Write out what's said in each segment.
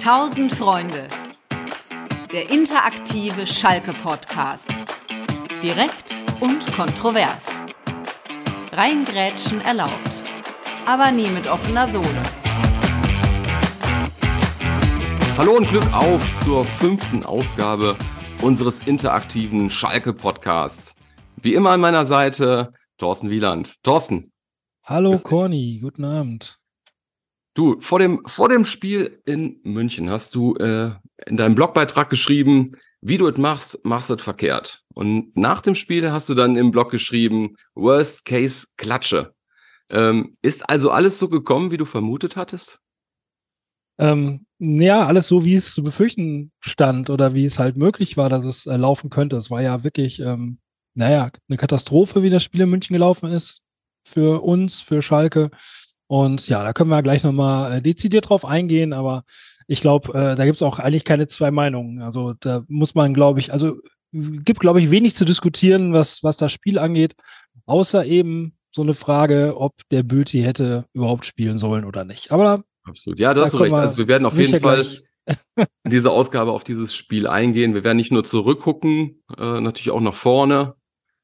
1000 Freunde. Der interaktive Schalke-Podcast. Direkt und kontrovers. Reingrätschen erlaubt, aber nie mit offener Sohle. Hallo und Glück auf zur 5. Ausgabe unseres interaktiven Schalke-Podcasts. Wie immer an meiner Seite Thorsten Wieland. Thorsten. Hallo Corny, guten Abend. Du, vor dem Spiel in München hast du in deinem Blogbeitrag geschrieben, wie du es machst es verkehrt. Und nach dem Spiel hast du dann im Blog geschrieben, Worst Case Klatsche. Ist also alles so gekommen, wie du vermutet hattest? Ja, alles so, wie es zu befürchten stand oder wie es halt möglich war, dass es laufen könnte. Es war ja wirklich, eine Katastrophe, wie das Spiel in München gelaufen ist. Für uns, für Schalke. Und ja, da können wir gleich nochmal dezidiert drauf eingehen, aber ich glaube, da gibt es auch eigentlich keine zwei Meinungen. Also da muss man, glaube ich, gibt, glaube ich, wenig zu diskutieren, was das Spiel angeht, außer eben so eine Frage, ob der Bülti hätte überhaupt spielen sollen oder nicht. Aber absolut, ja, da hast du recht. Also wir werden auf jeden Fall in dieser Ausgabe auf dieses Spiel eingehen. Wir werden nicht nur zurückgucken, natürlich auch nach vorne.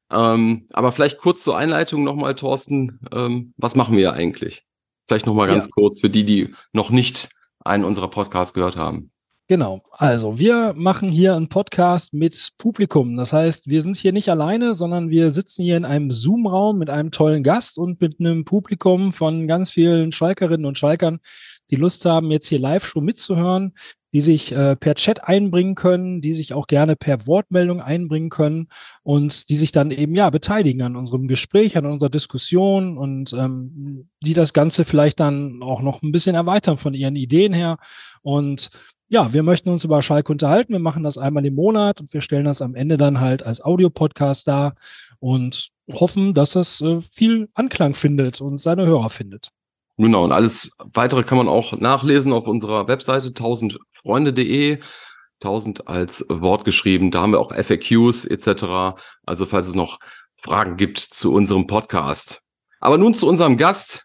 Aber vielleicht kurz zur Einleitung nochmal, Thorsten, was machen wir eigentlich? Vielleicht nochmal ganz kurz für die noch nicht einen unserer Podcasts gehört haben. Genau, also wir machen hier einen Podcast mit Publikum. Das heißt, wir sind hier nicht alleine, sondern wir sitzen hier in einem Zoom-Raum mit einem tollen Gast und mit einem Publikum von ganz vielen Schalkerinnen und Schalkern, die Lust haben, jetzt hier live schon mitzuhören, die sich per Chat einbringen können, die sich auch gerne per Wortmeldung einbringen können und die sich dann eben beteiligen an unserem Gespräch, an unserer Diskussion und die das Ganze vielleicht dann auch noch ein bisschen erweitern von ihren Ideen her. Und ja, wir möchten uns über Schalke unterhalten. Wir machen das einmal im Monat und wir stellen das am Ende dann halt als Audiopodcast dar und hoffen, dass das viel Anklang findet und seine Hörer findet. Genau, und alles Weitere kann man auch nachlesen auf unserer Webseite 1000freunde.de, 1000 als Wort geschrieben, da haben wir auch FAQs etc., also falls es noch Fragen gibt zu unserem Podcast. Aber nun zu unserem Gast,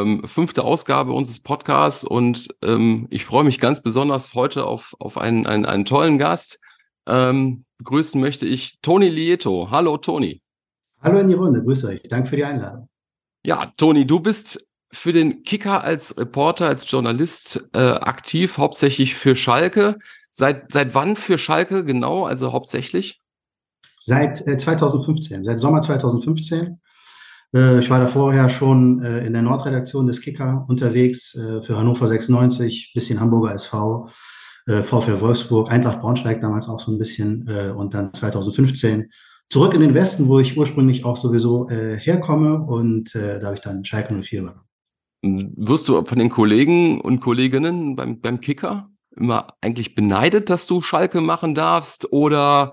5. Ausgabe unseres Podcasts und ich freue mich ganz besonders heute auf einen tollen Gast. Begrüßen möchte ich Toni Lieto. Hallo Toni. Hallo in die Runde, grüß euch, danke für die Einladung. Ja, Toni, du bist für den Kicker als Reporter, als Journalist aktiv, hauptsächlich für Schalke. Seit wann für Schalke genau, also hauptsächlich? Seit 2015, seit Sommer 2015. Ich war da vorher schon in der Nordredaktion des Kicker unterwegs, für Hannover 96, bisschen Hamburger SV, VfL Wolfsburg, Eintracht Braunschweig damals auch so ein bisschen und dann 2015 zurück in den Westen, wo ich ursprünglich auch sowieso herkomme und da habe ich dann Schalke 04 übernommen. Wirst du von den Kollegen und Kolleginnen beim Kicker immer eigentlich beneidet, dass du Schalke machen darfst? Oder,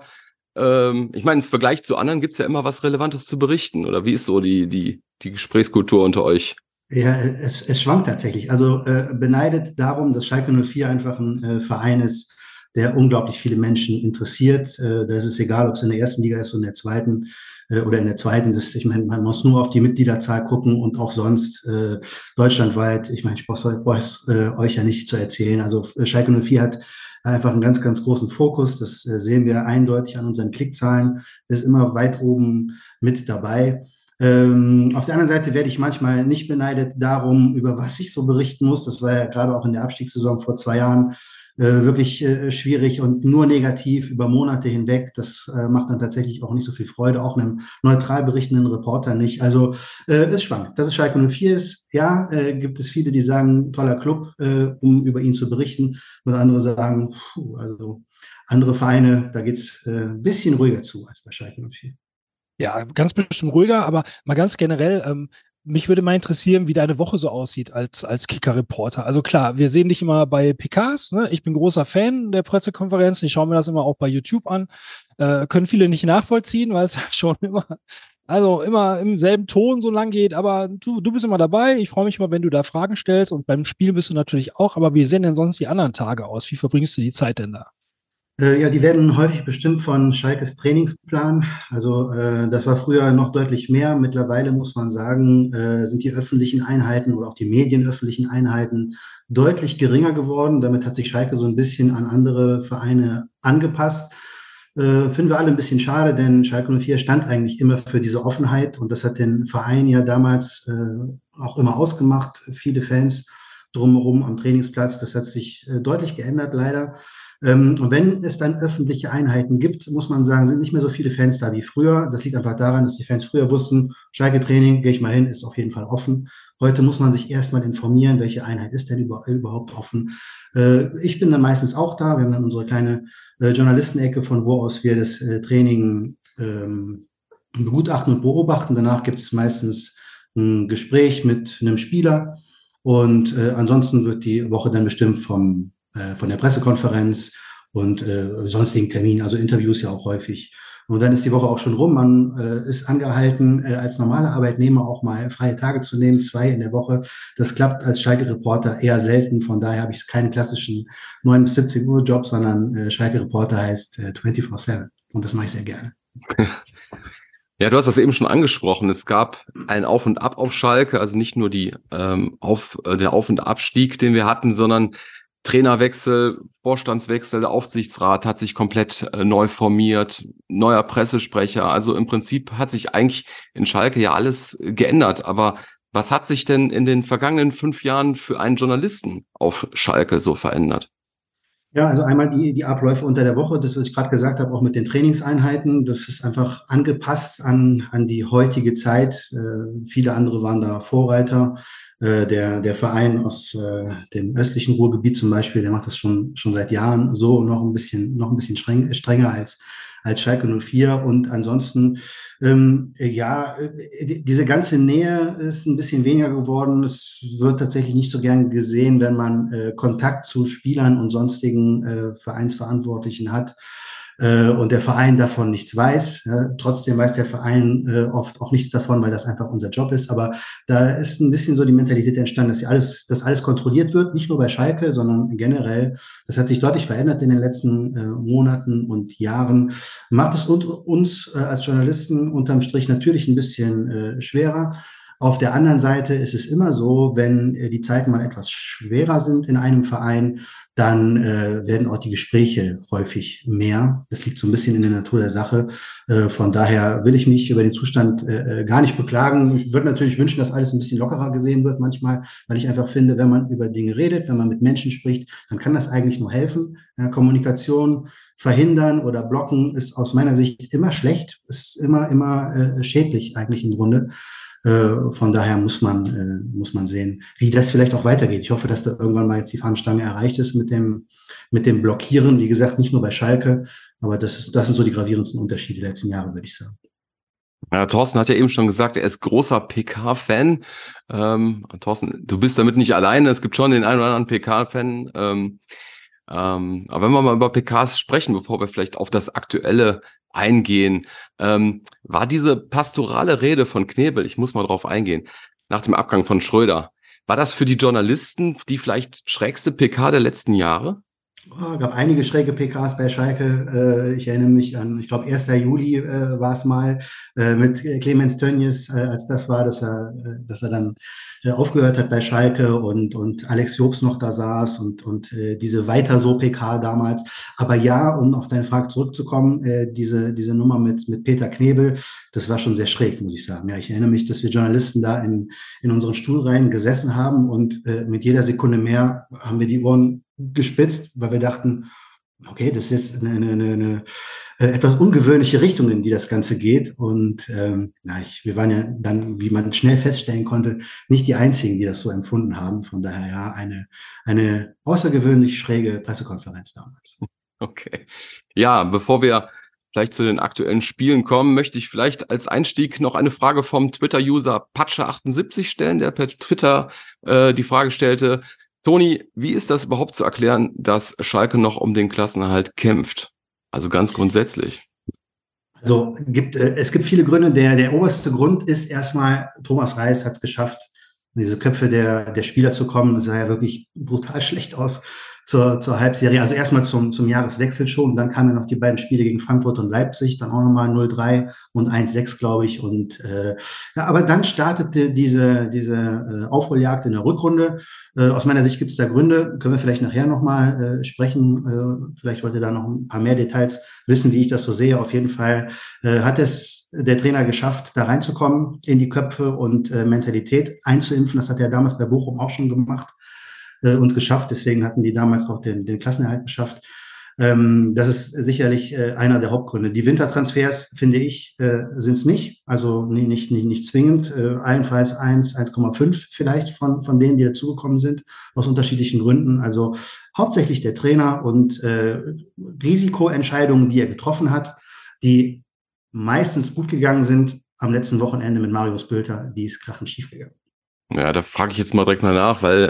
ich meine, im Vergleich zu anderen gibt es ja immer was Relevantes zu berichten. Oder wie ist so die Gesprächskultur unter euch? Ja, es schwankt tatsächlich. Also beneidet darum, dass Schalke 04 einfach ein Verein ist, der unglaublich viele Menschen interessiert. Da ist es egal, ob es in der ersten Liga ist oder in der zweiten. Oder in der zweiten, ich meine, man muss nur auf die Mitgliederzahl gucken und auch sonst deutschlandweit. Ich meine, ich brauche euch ja nicht zu erzählen. Also Schalke 04 hat einfach einen ganz, ganz großen Fokus. Das sehen wir eindeutig an unseren Klickzahlen. Ist immer weit oben mit dabei. Auf der anderen Seite werde ich manchmal nicht beneidet darum, über was ich so berichten muss. Das war ja gerade auch in der Abstiegssaison vor 2 Jahren wirklich schwierig und nur negativ über Monate hinweg. Das macht dann tatsächlich auch nicht so viel Freude, auch einem neutral berichtenden Reporter nicht. Also es schwankt. Dass es Schalke 04 ist, ja, gibt es viele, die sagen, toller Club, um über ihn zu berichten. Und andere sagen, also andere Vereine, da geht's ein bisschen ruhiger zu als bei Schalke 04. Ja, ganz bestimmt ruhiger, aber mal ganz generell, mich würde mal interessieren, wie deine Woche so aussieht als Kicker-Reporter. Also klar, wir sehen dich immer bei PKs, ne? Ich bin großer Fan der Pressekonferenzen, ich schaue mir das immer auch bei YouTube an. Können viele nicht nachvollziehen, weil es schon immer im selben Ton so lang geht, aber du bist immer dabei. Ich freue mich immer, wenn du da Fragen stellst und beim Spiel bist du natürlich auch, aber wie sehen denn sonst die anderen Tage aus? Wie verbringst du die Zeit denn da? Ja, die werden häufig bestimmt von Schalkes Trainingsplan. Also das war früher noch deutlich mehr. Mittlerweile muss man sagen, sind die öffentlichen Einheiten oder auch die medienöffentlichen Einheiten deutlich geringer geworden. Damit hat sich Schalke so ein bisschen an andere Vereine angepasst. Finden wir alle ein bisschen schade, denn Schalke 04 stand eigentlich immer für diese Offenheit und das hat den Verein ja damals auch immer ausgemacht. Viele Fans drumherum am Trainingsplatz. Das hat sich deutlich geändert, leider. Und wenn es dann öffentliche Einheiten gibt, muss man sagen, sind nicht mehr so viele Fans da wie früher. Das liegt einfach daran, dass die Fans früher wussten, Schalke-Training, gehe ich mal hin, ist auf jeden Fall offen. Heute muss man sich erstmal informieren, welche Einheit ist denn überhaupt offen. Ich bin dann meistens auch da. Wir haben dann unsere kleine Journalistenecke, von wo aus wir das Training begutachten und beobachten. Danach gibt es meistens ein Gespräch mit einem Spieler. Und ansonsten wird die Woche dann bestimmt von der Pressekonferenz und sonstigen Terminen, also Interviews ja auch häufig. Und dann ist die Woche auch schon rum. Man ist angehalten, als normaler Arbeitnehmer auch mal freie Tage zu nehmen, 2 in der Woche. Das klappt als Schalke-Reporter eher selten. Von daher habe ich keinen klassischen 9 bis 17 Uhr Job, sondern Schalke-Reporter heißt 24/7. Und das mache ich sehr gerne. Ja, du hast das eben schon angesprochen. Es gab ein Auf und Ab auf Schalke, also nicht nur der Auf- und Abstieg, den wir hatten, sondern Trainerwechsel, Vorstandswechsel, der Aufsichtsrat hat sich komplett neu formiert, neuer Pressesprecher. Also im Prinzip hat sich eigentlich in Schalke ja alles geändert. Aber was hat sich denn in den vergangenen 5 Jahren für einen Journalisten auf Schalke so verändert? Ja, also einmal die Abläufe unter der Woche, das, was ich gerade gesagt habe, auch mit den Trainingseinheiten, das ist einfach angepasst an die heutige Zeit. Viele andere waren da Vorreiter. Der Verein aus dem östlichen Ruhrgebiet zum Beispiel, der macht das schon seit Jahren so, noch ein bisschen strenger als Schalke 04. Und ansonsten, diese ganze Nähe ist ein bisschen weniger geworden. Es wird tatsächlich nicht so gern gesehen, wenn man Kontakt zu Spielern und sonstigen Vereinsverantwortlichen hat und der Verein davon nichts weiß. Ja. Trotzdem weiß der Verein oft auch nichts davon, weil das einfach unser Job ist. Aber da ist ein bisschen so die Mentalität entstanden, dass alles kontrolliert wird, nicht nur bei Schalke, sondern generell. Das hat sich deutlich verändert in den letzten Monaten und Jahren. Macht es uns als Journalisten unterm Strich natürlich ein bisschen schwerer. Auf der anderen Seite ist es immer so, wenn die Zeiten mal etwas schwerer sind in einem Verein, dann werden auch die Gespräche häufig mehr. Das liegt so ein bisschen in der Natur der Sache. Von daher will ich mich über den Zustand gar nicht beklagen. Ich würde natürlich wünschen, dass alles ein bisschen lockerer gesehen wird manchmal, weil ich einfach finde, wenn man über Dinge redet, wenn man mit Menschen spricht, dann kann das eigentlich nur helfen. Ja, Kommunikation verhindern oder blocken ist aus meiner Sicht immer schlecht, ist immer schädlich eigentlich im Grunde. Von daher muss man sehen, wie das vielleicht auch weitergeht. Ich hoffe, dass da irgendwann mal jetzt die Fahnenstange erreicht ist mit dem Blockieren. Wie gesagt, nicht nur bei Schalke, aber das sind so die gravierendsten Unterschiede der letzten Jahre, würde ich sagen. Ja, Thorsten hat ja eben schon gesagt, er ist großer PK-Fan. Thorsten, du bist damit nicht alleine. Es gibt schon den einen oder anderen PK-Fan. Aber wenn wir mal über PKs sprechen, bevor wir vielleicht auf das Aktuelle eingehen, war diese pastorale Rede von Knebel, ich muss mal drauf eingehen, nach dem Abgang von Schröder, war das für die Journalisten die vielleicht schrägste PK der letzten Jahre? Gab einige schräge PKs bei Schalke. Ich erinnere mich an, ich glaube, 1. Juli war es mal mit Clemens Tönnies, als das war, dass er dann aufgehört hat bei Schalke und Alex Jobs noch da saß und diese Weiter so PK damals. Aber ja, um auf deine Frage zurückzukommen, diese Nummer mit Peter Knebel, das war schon sehr schräg, muss ich sagen. Ja, ich erinnere mich, dass wir Journalisten da in unseren Stuhlreihen gesessen haben und mit jeder Sekunde mehr haben wir die Ohren gespitzt, weil wir dachten, okay, das ist jetzt eine etwas ungewöhnliche Richtung, in die das Ganze geht. Und wir waren ja dann, wie man schnell feststellen konnte, nicht die Einzigen, die das so empfunden haben. Von daher ja eine außergewöhnlich schräge Pressekonferenz damals. Okay. Ja, bevor wir vielleicht zu den aktuellen Spielen kommen, möchte ich vielleicht als Einstieg noch eine Frage vom Twitter-User Patsche78 stellen, der per Twitter die Frage stellte: Toni, wie ist das überhaupt zu erklären, dass Schalke noch um den Klassenerhalt kämpft? Also ganz grundsätzlich. Also es gibt viele Gründe. Der oberste Grund ist erstmal, Thomas Reis hat es geschafft, in diese Köpfe der Spieler zu kommen. Das sah ja wirklich brutal schlecht aus zur Halbserie. Also erstmal zum Jahreswechsel schon. Und dann kamen ja noch die beiden Spiele gegen Frankfurt und Leipzig, dann auch nochmal 0-3 und 1-6, glaube ich. Und ja, aber dann startete diese Aufholjagd in der Rückrunde. Aus meiner Sicht gibt es da Gründe, können wir vielleicht nachher nochmal sprechen. Vielleicht wollt ihr da noch ein paar mehr Details wissen, wie ich das so sehe. Auf jeden Fall hat es der Trainer geschafft, da reinzukommen in die Köpfe und Mentalität einzuimpfen. Das hat er damals bei Bochum auch schon gemacht und geschafft. Deswegen hatten die damals auch den Klassenerhalt geschafft. Das ist sicherlich einer der Hauptgründe. Die Wintertransfers, finde ich, sind es nicht. Also nicht zwingend. Allenfalls 1,5 vielleicht von denen, die dazugekommen sind, aus unterschiedlichen Gründen. Also hauptsächlich der Trainer und Risikoentscheidungen, die er getroffen hat, die meistens gut gegangen sind. Am letzten Wochenende mit Marius Bülter, die ist krachend schief gegangen. Ja, da frage ich jetzt mal direkt mal nach, weil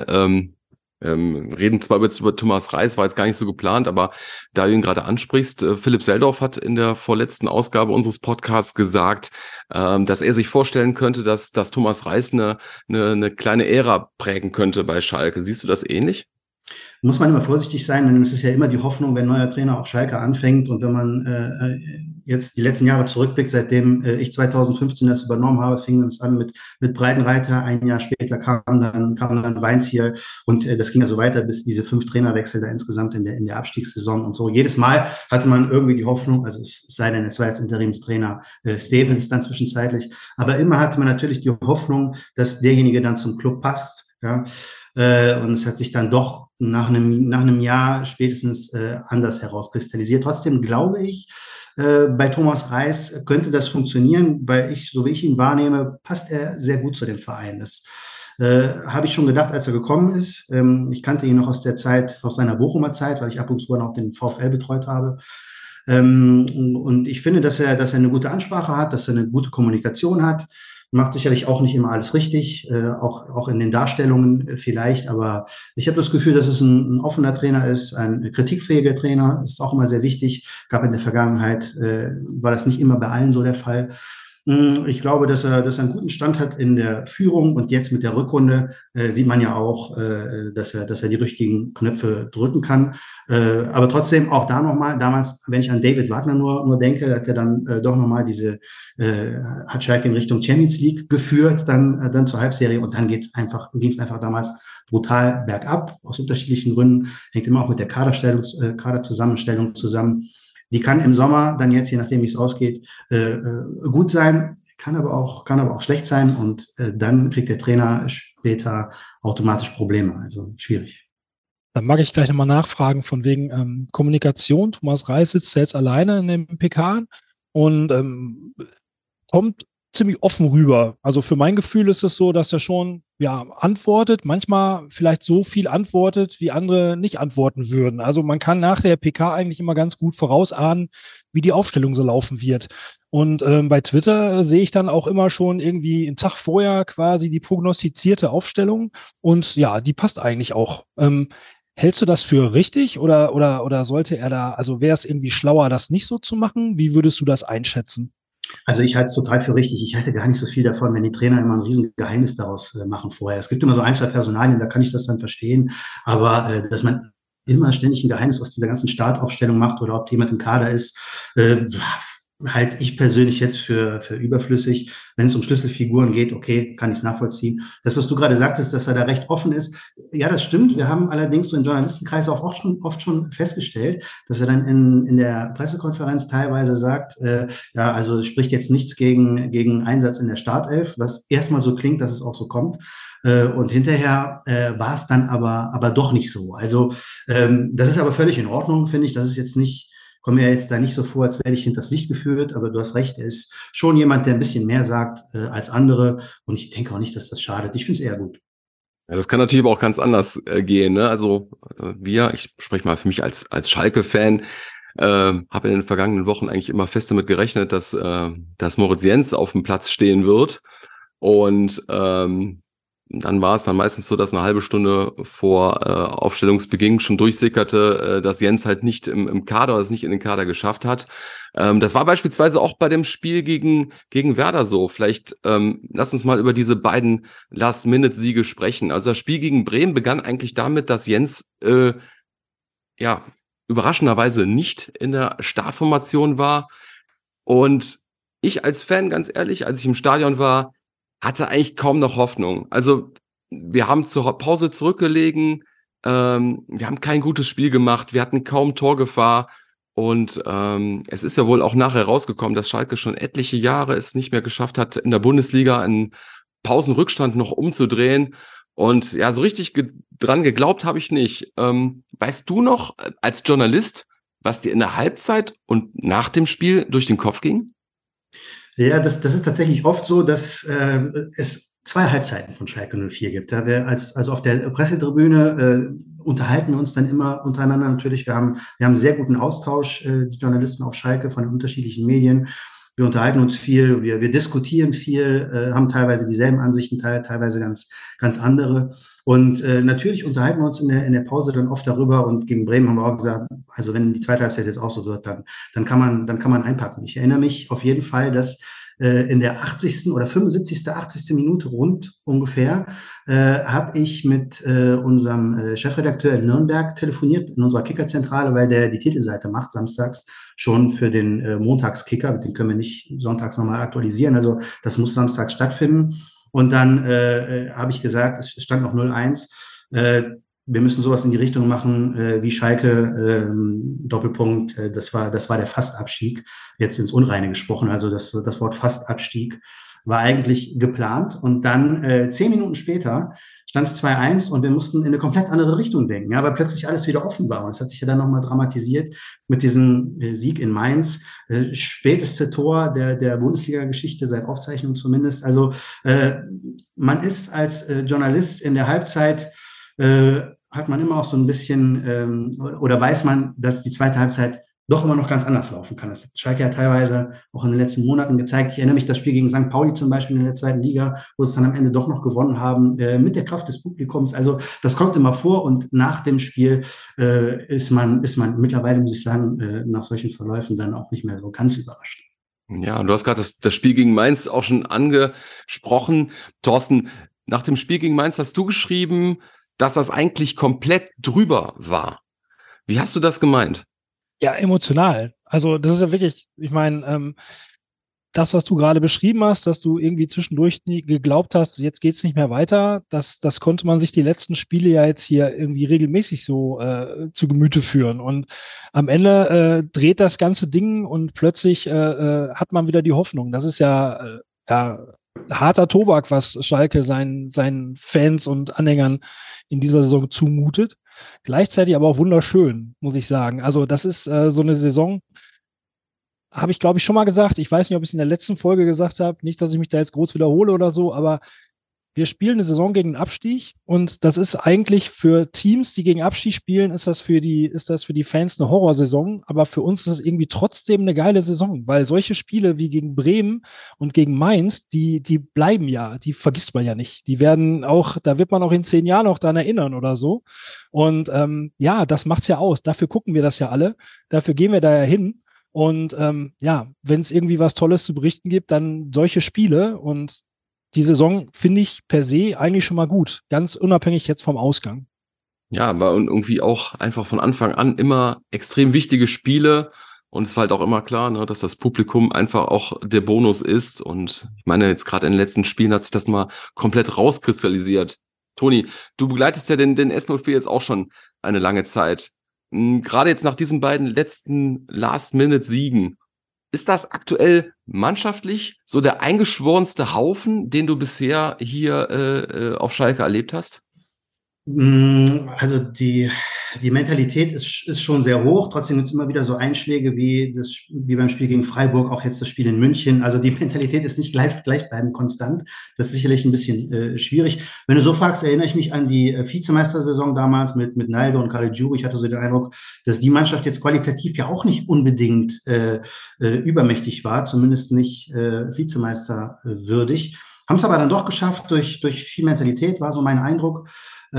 reden zwar jetzt über Thomas Reis, war jetzt gar nicht so geplant, aber da du ihn gerade ansprichst, Philipp Seldorf hat in der vorletzten Ausgabe unseres Podcasts gesagt, dass er sich vorstellen könnte, dass Thomas Reis eine kleine Ära prägen könnte bei Schalke. Siehst du das ähnlich? Muss man immer vorsichtig sein, denn es ist ja immer die Hoffnung, wenn ein neuer Trainer auf Schalke anfängt und wenn man jetzt die letzten Jahre zurückblickt, seitdem ich 2015 das übernommen habe, fing es an mit Breitenreiter, ein Jahr später kam dann Weinzierl und das ging also weiter bis diese 5 Trainerwechsel da insgesamt in der Abstiegssaison und so. Jedes Mal hatte man irgendwie die Hoffnung, also es sei denn, es war jetzt Interimstrainer Stevens dann zwischenzeitlich, aber immer hatte man natürlich die Hoffnung, dass derjenige dann zum Club passt, ja. Und es hat sich dann doch nach einem Jahr spätestens anders herauskristallisiert. Trotzdem glaube ich, bei Thomas Reis könnte das funktionieren, weil so wie ich ihn wahrnehme, passt er sehr gut zu dem Verein. Das habe ich schon gedacht, als er gekommen ist. Ich kannte ihn noch aus seiner Bochumer Zeit, weil ich ab und zu auch den VfL betreut habe. Und ich finde, dass er eine gute Ansprache hat, dass er eine gute Kommunikation hat. Macht sicherlich auch nicht immer alles richtig, auch in den Darstellungen vielleicht, aber ich habe das Gefühl, dass es ein offener Trainer ist, ein kritikfähiger Trainer. Das ist auch immer sehr wichtig. Gab in der Vergangenheit, war das nicht immer bei allen so der Fall. Ich glaube, dass er einen guten Stand hat in der Führung und jetzt mit der Rückrunde sieht man ja auch, dass er die richtigen Knöpfe drücken kann. Aber trotzdem auch da nochmal, damals, wenn ich an David Wagner nur denke, hat er dann doch nochmal hat Schalke in Richtung Champions League geführt, dann zur Halbserie und dann ging es einfach damals brutal bergab, aus unterschiedlichen Gründen, hängt immer auch mit der Kaderzusammenstellung zusammen. Die kann im Sommer dann jetzt, je nachdem wie es ausgeht, gut sein, kann aber auch schlecht sein und dann kriegt der Trainer später automatisch Probleme. Also schwierig. Dann mag ich gleich nochmal nachfragen von wegen Kommunikation. Thomas Reis sitzt jetzt alleine in dem PK und kommt ziemlich offen rüber. Also für mein Gefühl ist es so, dass er schon antwortet, manchmal vielleicht so viel antwortet, wie andere nicht antworten würden. Also man kann nach der PK eigentlich immer ganz gut vorausahnen, wie die Aufstellung so laufen wird. Und bei Twitter sehe ich dann auch immer schon irgendwie einen Tag vorher quasi die prognostizierte Aufstellung und ja, die passt eigentlich auch. Hältst du das für richtig oder sollte er also wäre es irgendwie schlauer, das nicht so zu machen? Wie würdest du das einschätzen? Also ich halte es total für richtig. Ich halte gar nicht so viel davon, wenn die Trainer immer ein riesen Geheimnis daraus machen vorher. Es gibt immer so 1, 2 Personalien, da kann ich das dann verstehen. Aber dass man immer ständig ein Geheimnis aus dieser ganzen Startaufstellung macht oder ob jemand im Kader ist, halte ich persönlich jetzt für überflüssig. Wenn es um Schlüsselfiguren geht, okay, kann ich es nachvollziehen. Das, was du gerade sagtest, dass er da recht offen ist, ja, das stimmt. Wir haben allerdings so im Journalistenkreis auch oft schon festgestellt, dass er dann in der Pressekonferenz teilweise sagt, ja, also spricht jetzt nichts gegen Einsatz in der Startelf, was erstmal so klingt, dass es auch so kommt. Und hinterher war es dann aber doch nicht so. Also das ist aber völlig in Ordnung, finde ich. Das ist jetzt nicht komme mir jetzt da nicht so vor, als wäre ich hinters Licht geführt, aber du hast recht, er ist schon jemand, der ein bisschen mehr sagt als andere und ich denke auch nicht, dass das schadet. Ich finde es eher gut. Ja, das kann natürlich aber auch ganz anders gehen, ne? Also ich spreche mal für mich als Schalke-Fan, habe in den vergangenen Wochen eigentlich immer fest damit gerechnet, dass Moritz Jens auf dem Platz stehen wird und dann war es dann meistens so, dass eine halbe Stunde vor Aufstellungsbeginn schon durchsickerte, dass Jens halt nicht im Kader oder es nicht in den Kader geschafft hat. Das war beispielsweise auch bei dem Spiel gegen Werder so. Vielleicht lass uns mal über diese beiden Last-Minute-Siege sprechen. Also das Spiel gegen Bremen begann eigentlich damit, dass Jens ja, überraschenderweise nicht in der Startformation war. Und ich als Fan, ganz ehrlich, als ich im Stadion war, hatte eigentlich kaum noch Hoffnung. Also wir haben zur Pause zurückgelegen, wir haben kein gutes Spiel gemacht, wir hatten kaum Torgefahr. Und es ist ja wohl auch nachher rausgekommen, dass Schalke schon etliche Jahre es nicht mehr geschafft hat, in der Bundesliga einen Pausenrückstand noch umzudrehen. Und ja, so richtig dran geglaubt habe ich nicht. Weißt du noch als Journalist, was dir in der Halbzeit und nach dem Spiel durch den Kopf ging? Ja, das ist tatsächlich oft so, dass es zwei Halbzeiten von Schalke 04 gibt. Ja, also auf der Pressetribüne unterhalten wir uns dann immer untereinander natürlich. Wir haben sehr guten Austausch, die Journalisten auf Schalke von den unterschiedlichen Medien. Wir unterhalten uns viel, wir diskutieren viel, haben teilweise dieselben Ansichten, teilweise ganz andere. Und natürlich unterhalten wir uns in der Pause dann oft darüber. Und gegen Bremen haben wir auch gesagt, also wenn die zweite Halbzeit jetzt auch so wird, dann kann man einpacken. Ich erinnere mich auf jeden Fall, dass in der 80. oder 75., 80. Minute rund ungefähr habe ich mit unserem Chefredakteur in Nürnberg telefoniert, in unserer Kickerzentrale, weil der die Titelseite macht, samstags schon für den Montagskicker. Den können wir nicht sonntags nochmal aktualisieren. Also das muss samstags stattfinden. Und dann habe ich gesagt, es stand noch 0-1. Wir müssen sowas in die Richtung machen wie Schalke, Doppelpunkt, das war der Fastabstieg, jetzt ins Unreine gesprochen, also das Wort Fastabstieg war eigentlich geplant und dann 10 Minuten später stand es 2-1 und wir mussten in eine komplett andere Richtung denken, ja, weil plötzlich alles wieder offen war und es hat sich ja dann nochmal dramatisiert mit diesem Sieg in Mainz, späteste Tor der Bundesliga-Geschichte seit Aufzeichnung zumindest, also man ist als Journalist in der Halbzeit hat man immer auch so ein bisschen oder weiß man, dass die zweite Halbzeit doch immer noch ganz anders laufen kann. Das hat Schalke ja teilweise auch in den letzten Monaten gezeigt. Ich erinnere mich das Spiel gegen St. Pauli zum Beispiel in der zweiten Liga, wo sie es dann am Ende doch noch gewonnen haben, mit der Kraft des Publikums. Also das kommt immer vor und nach dem Spiel ist man mittlerweile, muss ich sagen, nach solchen Verläufen dann auch nicht mehr so ganz überrascht. Ja, und du hast gerade das Spiel gegen Mainz auch schon angesprochen. Thorsten, nach dem Spiel gegen Mainz hast du geschrieben, dass das eigentlich komplett drüber war. Wie hast du das gemeint? Ja, emotional. Also das ist ja wirklich, ich meine, das, was du gerade beschrieben hast, dass du irgendwie zwischendurch nie geglaubt hast, jetzt geht's nicht mehr weiter, das konnte man sich die letzten Spiele ja jetzt hier irgendwie regelmäßig so zu Gemüte führen. Und am Ende dreht das ganze Ding und plötzlich hat man wieder die Hoffnung. Das ist ja harter Tobak, was Schalke seinen Fans und Anhängern in dieser Saison zumutet. Gleichzeitig aber auch wunderschön, muss ich sagen. Also das ist so eine Saison, habe ich, glaube ich, schon mal gesagt. Ich weiß nicht, ob ich es in der letzten Folge gesagt habe. Nicht, dass ich mich da jetzt groß wiederhole oder so, aber wir spielen eine Saison gegen den Abstieg und das ist eigentlich für Teams, die gegen Abstieg spielen, ist das für die Fans eine Horrorsaison, aber für uns ist es irgendwie trotzdem eine geile Saison, weil solche Spiele wie gegen Bremen und gegen Mainz, die bleiben ja, die vergisst man ja nicht. Die werden auch, da wird man auch in 10 Jahren noch daran erinnern oder so. Und ja, das macht's ja aus. Dafür gucken wir das ja alle. Dafür gehen wir da ja hin. Und ja, wenn es irgendwie was Tolles zu berichten gibt, dann solche Spiele und die Saison finde ich per se eigentlich schon mal gut, ganz unabhängig jetzt vom Ausgang. Ja, war irgendwie auch einfach von Anfang an immer extrem wichtige Spiele und es war halt auch immer klar, ne, dass das Publikum einfach auch der Bonus ist und ich meine, jetzt gerade in den letzten Spielen hat sich das mal komplett rauskristallisiert. Toni, du begleitest ja den S04 jetzt auch schon eine lange Zeit. Gerade jetzt nach diesen beiden letzten Last-Minute-Siegen, ist das aktuell mannschaftlich so der eingeschworenste Haufen, den du bisher hier auf Schalke erlebt hast? Also die Mentalität ist schon sehr hoch. Trotzdem gibt es immer wieder so Einschläge wie beim Spiel gegen Freiburg, auch jetzt das Spiel in München. Also die Mentalität ist nicht gleichbleibend konstant. Das ist sicherlich ein bisschen schwierig. Wenn du so fragst, erinnere ich mich an die Vizemeistersaison damals mit Naldo und Caligiuri. Ich hatte so den Eindruck, dass die Mannschaft jetzt qualitativ ja auch nicht unbedingt übermächtig war, zumindest nicht Vizemeister würdig. Haben es aber dann doch geschafft durch viel Mentalität, war so mein Eindruck.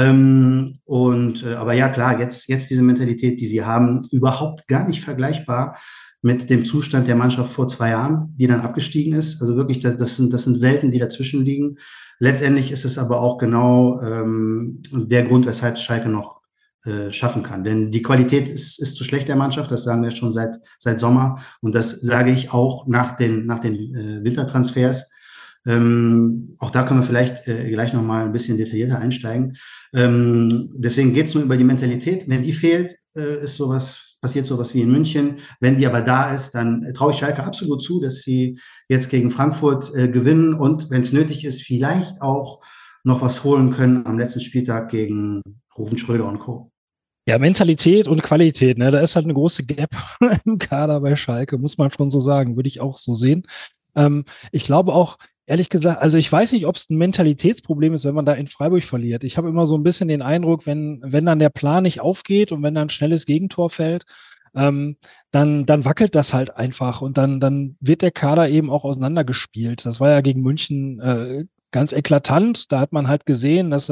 Aber ja, klar, jetzt diese Mentalität, die sie haben, überhaupt gar nicht vergleichbar mit dem Zustand der Mannschaft vor 2 Jahren, die dann abgestiegen ist. Also wirklich, das sind Welten, die dazwischen liegen. Letztendlich ist es aber auch genau der Grund, weshalb Schalke noch schaffen kann. Denn die Qualität ist zu schlecht der Mannschaft, das sagen wir schon seit Sommer. Und das sage ich auch nach den Wintertransfers. Auch da können wir vielleicht gleich nochmal ein bisschen detaillierter einsteigen. Deswegen geht es nur über die Mentalität. Wenn die fehlt, passiert sowas wie in München. Wenn die aber da ist, dann traue ich Schalke absolut zu, dass sie jetzt gegen Frankfurt gewinnen und, wenn es nötig ist, vielleicht auch noch was holen können am letzten Spieltag gegen Rufen Schröder und Co. Ja, Mentalität und Qualität, ne? Da ist halt eine große Gap im Kader bei Schalke, muss man schon so sagen, würde ich auch so sehen. Ich glaube auch, ehrlich gesagt, also ich weiß nicht, ob es ein Mentalitätsproblem ist, wenn man da in Freiburg verliert. Ich habe immer so ein bisschen den Eindruck, wenn dann der Plan nicht aufgeht und wenn dann ein schnelles Gegentor fällt, dann wackelt das halt einfach und dann wird der Kader eben auch auseinandergespielt. Das war ja gegen München ganz eklatant. Da hat man halt gesehen, dass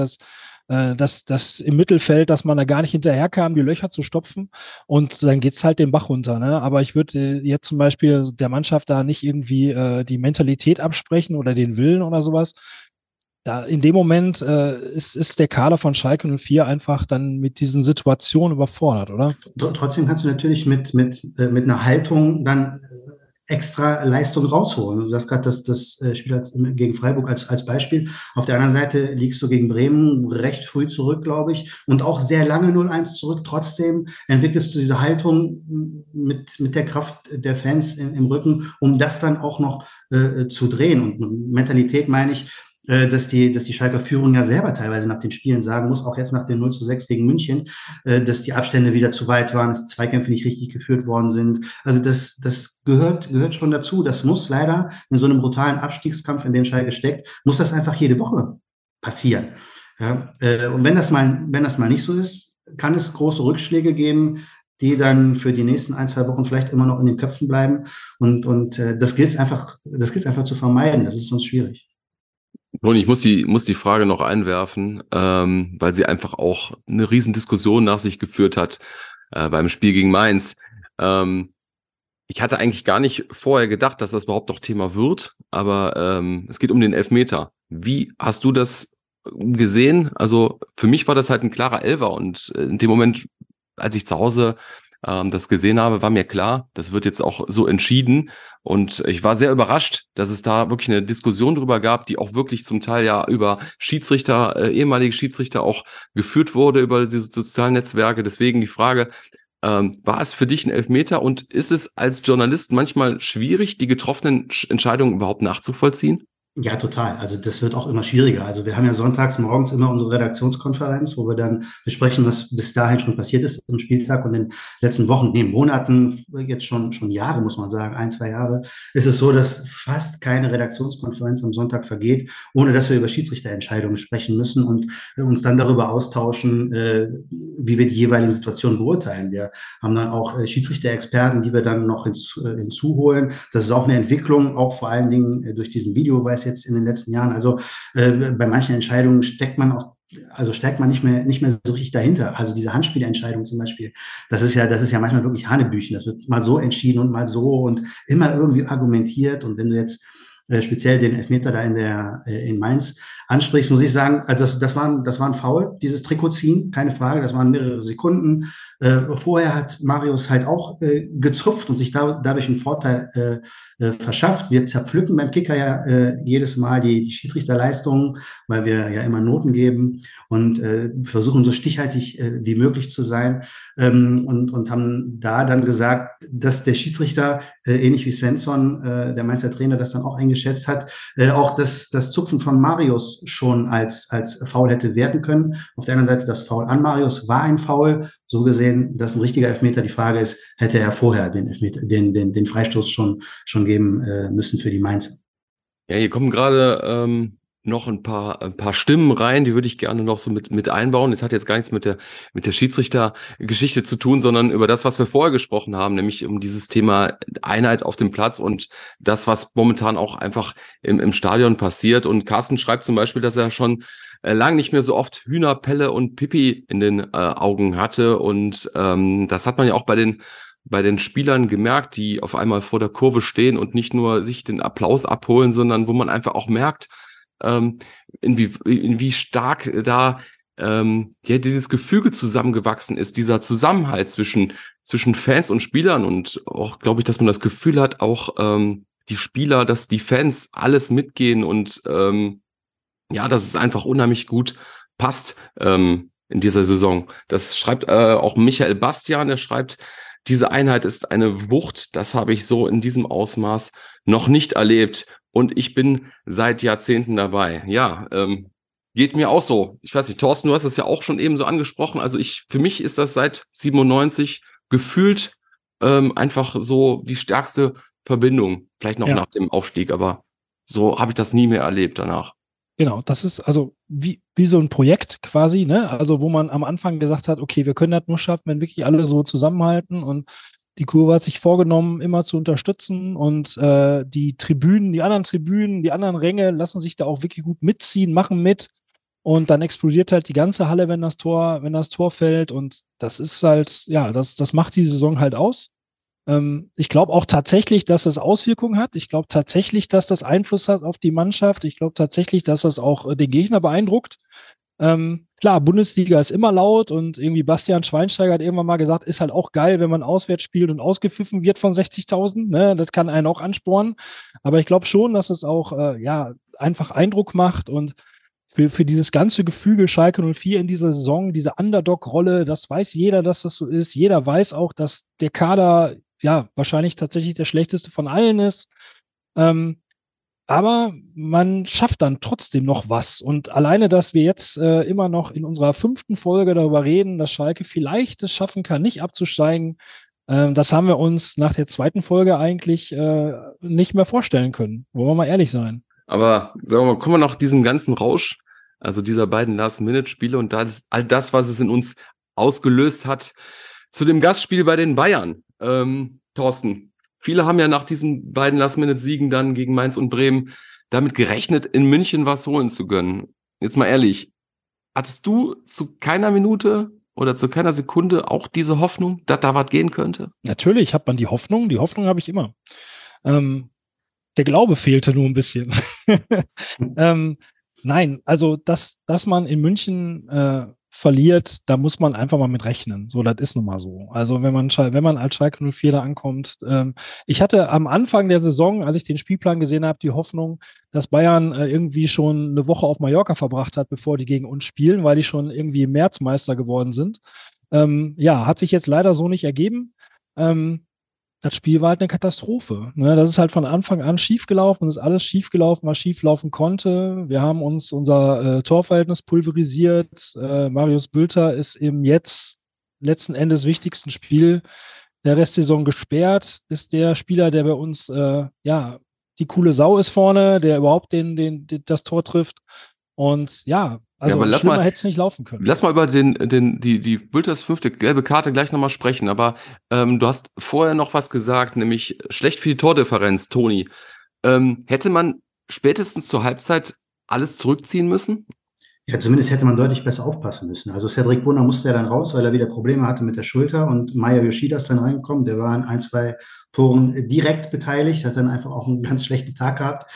das im Mittelfeld, dass man da gar nicht hinterherkam, die Löcher zu stopfen und dann geht's halt den Bach runter. Ne? Aber ich würde jetzt zum Beispiel der Mannschaft da nicht irgendwie die Mentalität absprechen oder den Willen oder sowas. Da in dem Moment ist der Kader von Schalke 04 einfach dann mit diesen Situationen überfordert, oder? Trotzdem kannst du natürlich mit einer Haltung dann extra Leistung rausholen. Du sagst gerade, das Spiel gegen Freiburg als Beispiel. Auf der anderen Seite liegst du gegen Bremen recht früh zurück, glaube ich, und auch sehr lange 0-1 zurück. Trotzdem entwickelst du diese Haltung mit der Kraft der Fans im Rücken, um das dann auch noch zu drehen. Und Mentalität meine ich, dass die Schalker Führung ja selber teilweise nach den Spielen sagen muss, auch jetzt nach dem 0-6 gegen München, dass die Abstände wieder zu weit waren, dass die Zweikämpfe nicht richtig geführt worden sind. Also das gehört schon dazu. Das muss leider in so einem brutalen Abstiegskampf, in dem Schalke steckt, muss das einfach jede Woche passieren. Ja, und wenn das mal nicht so ist, kann es große Rückschläge geben, die dann für die nächsten 1-2 Wochen vielleicht immer noch in den Köpfen bleiben. Und das gilt es einfach zu vermeiden. Das ist sonst schwierig. Und ich muss die Frage noch einwerfen, weil sie einfach auch eine Riesendiskussion nach sich geführt hat beim Spiel gegen Mainz. Ich hatte eigentlich gar nicht vorher gedacht, dass das überhaupt noch Thema wird, aber es geht um den Elfmeter. Wie hast du das gesehen? Also für mich war das halt ein klarer Elfer und in dem Moment, als ich zu Hause das gesehen habe, war mir klar, das wird jetzt auch so entschieden. Und ich war sehr überrascht, dass es da wirklich eine Diskussion drüber gab, die auch wirklich zum Teil ja über Schiedsrichter, ehemalige Schiedsrichter auch geführt wurde, über diese sozialen Netzwerke. Deswegen die Frage, war es für dich ein Elfmeter und ist es als Journalist manchmal schwierig, die getroffenen Entscheidungen überhaupt nachzuvollziehen? Ja, total. Also das wird auch immer schwieriger. Also wir haben ja sonntags morgens immer unsere Redaktionskonferenz, wo wir dann besprechen, was bis dahin schon passiert ist im Spieltag und in den letzten Wochen, Monaten, jetzt schon Jahre, muss man sagen, 1-2 Jahre, ist es so, dass fast keine Redaktionskonferenz am Sonntag vergeht, ohne dass wir über Schiedsrichterentscheidungen sprechen müssen und uns dann darüber austauschen, wie wir die jeweiligen Situationen beurteilen. Wir haben dann auch Schiedsrichterexperten, die wir dann noch hinzuholen. Das ist auch eine Entwicklung, auch vor allen Dingen durch diesen Videobeweis jetzt in den letzten Jahren. Also bei manchen Entscheidungen steckt man nicht mehr so richtig dahinter. Also diese Handspielentscheidung zum Beispiel, das ist ja manchmal wirklich Hanebüchen. Das wird mal so entschieden und mal so und immer irgendwie argumentiert. Und wenn du jetzt speziell den Elfmeter da in Mainz ansprichst, muss ich sagen, also das war ein Foul, dieses Trikot ziehen, keine Frage, das waren mehrere Sekunden. Vorher hat Marius halt auch gezupft und sich dadurch einen Vorteil verschafft. Wir zerpflücken beim Kicker ja jedes Mal die Schiedsrichterleistungen, weil wir ja immer Noten geben und versuchen so stichhaltig wie möglich zu sein und haben da dann gesagt, dass der Schiedsrichter, ähnlich wie Svensson, der Mainzer Trainer, das dann auch eingeschätzt hat, auch das Zupfen von Marius schon als Foul hätte werten können. Auf der anderen Seite, das Foul an Marius war ein Foul. So gesehen, das ist ein richtiger Elfmeter. Die Frage ist, hätte er vorher den Freistoß schon geben müssen für die Mainzer? Ja, hier kommen gerade noch ein paar Stimmen rein, die würde ich gerne noch so mit einbauen. Das hat jetzt gar nichts mit der Schiedsrichtergeschichte zu tun, sondern über das, was wir vorher gesprochen haben, nämlich um dieses Thema Einheit auf dem Platz und das, was momentan auch einfach im Stadion passiert. Und Carsten schreibt zum Beispiel, dass er schon lang nicht mehr so oft Hühnerpelle und Pipi in den Augen hatte. Und das hat man ja auch bei den Spielern gemerkt, die auf einmal vor der Kurve stehen und nicht nur sich den Applaus abholen, sondern wo man einfach auch merkt, in wie stark da dieses Gefüge zusammengewachsen ist, dieser Zusammenhalt zwischen Fans und Spielern und auch, glaube ich, dass man das Gefühl hat, auch die Spieler, dass die Fans alles mitgehen und dass es einfach unheimlich gut passt in dieser Saison. Das schreibt auch Michael Bastian, der schreibt, diese Einheit ist eine Wucht, das habe ich so in diesem Ausmaß noch nicht erlebt und ich bin seit Jahrzehnten dabei. Ja, geht mir auch so. Ich weiß nicht, Thorsten, du hast es ja auch schon eben so angesprochen. Also für mich ist das seit 97 gefühlt einfach so die stärkste Verbindung. Vielleicht noch nach dem Aufstieg, aber so habe ich das nie mehr erlebt danach. Genau, das ist also wie so ein Projekt quasi, ne? Also wo man am Anfang gesagt hat, okay, wir können das nur schaffen, wenn wirklich alle so zusammenhalten und die Kurve hat sich vorgenommen, immer zu unterstützen und die anderen Ränge lassen sich da auch wirklich gut mitziehen, machen mit und dann explodiert halt die ganze Halle, wenn das Tor fällt und das ist halt, das macht die Saison halt aus. Ich glaube auch tatsächlich, dass das Auswirkungen hat. Ich glaube tatsächlich, dass das Einfluss hat auf die Mannschaft. Ich glaube tatsächlich, dass das auch den Gegner beeindruckt. Klar, Bundesliga ist immer laut und irgendwie Bastian Schweinsteiger hat irgendwann mal gesagt, ist halt auch geil, wenn man auswärts spielt und ausgepfiffen wird von 60.000. Ne? Das kann einen auch anspornen. Aber ich glaube schon, dass es auch einfach Eindruck macht und für dieses ganze Gefüge Schalke 04 in dieser Saison, diese Underdog-Rolle, das weiß jeder, dass das so ist. Jeder weiß auch, dass der Kader wahrscheinlich tatsächlich der schlechteste von allen ist. Aber man schafft dann trotzdem noch was. Und alleine, dass wir jetzt immer noch in unserer 5. Folge darüber reden, dass Schalke vielleicht es schaffen kann, nicht abzusteigen, das haben wir uns nach der 2. Folge eigentlich nicht mehr vorstellen können. Wollen wir mal ehrlich sein. Aber sagen wir mal, kommen wir noch diesem ganzen Rausch, also dieser beiden Last-Minute-Spiele und all das, was es in uns ausgelöst hat, zu dem Gastspiel bei den Bayern. Thorsten, viele haben ja nach diesen beiden Last-Minute-Siegen dann gegen Mainz und Bremen damit gerechnet, in München was holen zu können. Jetzt mal ehrlich, hattest du zu keiner Minute oder zu keiner Sekunde auch diese Hoffnung, dass da was gehen könnte? Natürlich hat man die Hoffnung habe ich immer. Der Glaube fehlte nur ein bisschen. Nein, also dass man in München verliert, da muss man einfach mal mit rechnen. So, das ist nun mal so. Also wenn man als Schalke 04 da ankommt, ich hatte am Anfang der Saison, als ich den Spielplan gesehen habe, die Hoffnung, dass Bayern irgendwie schon eine Woche auf Mallorca verbracht hat, bevor die gegen uns spielen, weil die schon irgendwie im März Meister geworden sind. Hat sich jetzt leider so nicht ergeben. Das Spiel war halt eine Katastrophe. Ne? Das ist halt von Anfang an schiefgelaufen, ist alles schiefgelaufen, was schieflaufen konnte. Wir haben uns unser Torverhältnis pulverisiert. Marius Bülter ist im jetzt letzten Endes wichtigsten Spiel der Restsaison gesperrt, ist der Spieler, der bei uns die coole Sau ist vorne, der überhaupt das Tor trifft. Und also aber schlimmer hätte es nicht laufen können. Lass mal über die Bülters 5. gelbe Karte gleich nochmal sprechen, aber du hast vorher noch was gesagt, nämlich schlecht für die Tordifferenz, Toni. Hätte man spätestens zur Halbzeit alles zurückziehen müssen? Ja, zumindest hätte man deutlich besser aufpassen müssen. Also Cedric Brunner musste ja dann raus, weil er wieder Probleme hatte mit der Schulter und Maya Yoshida ist dann reingekommen. Der war an 1-2 Toren direkt beteiligt, hat dann einfach auch einen ganz schlechten Tag gehabt.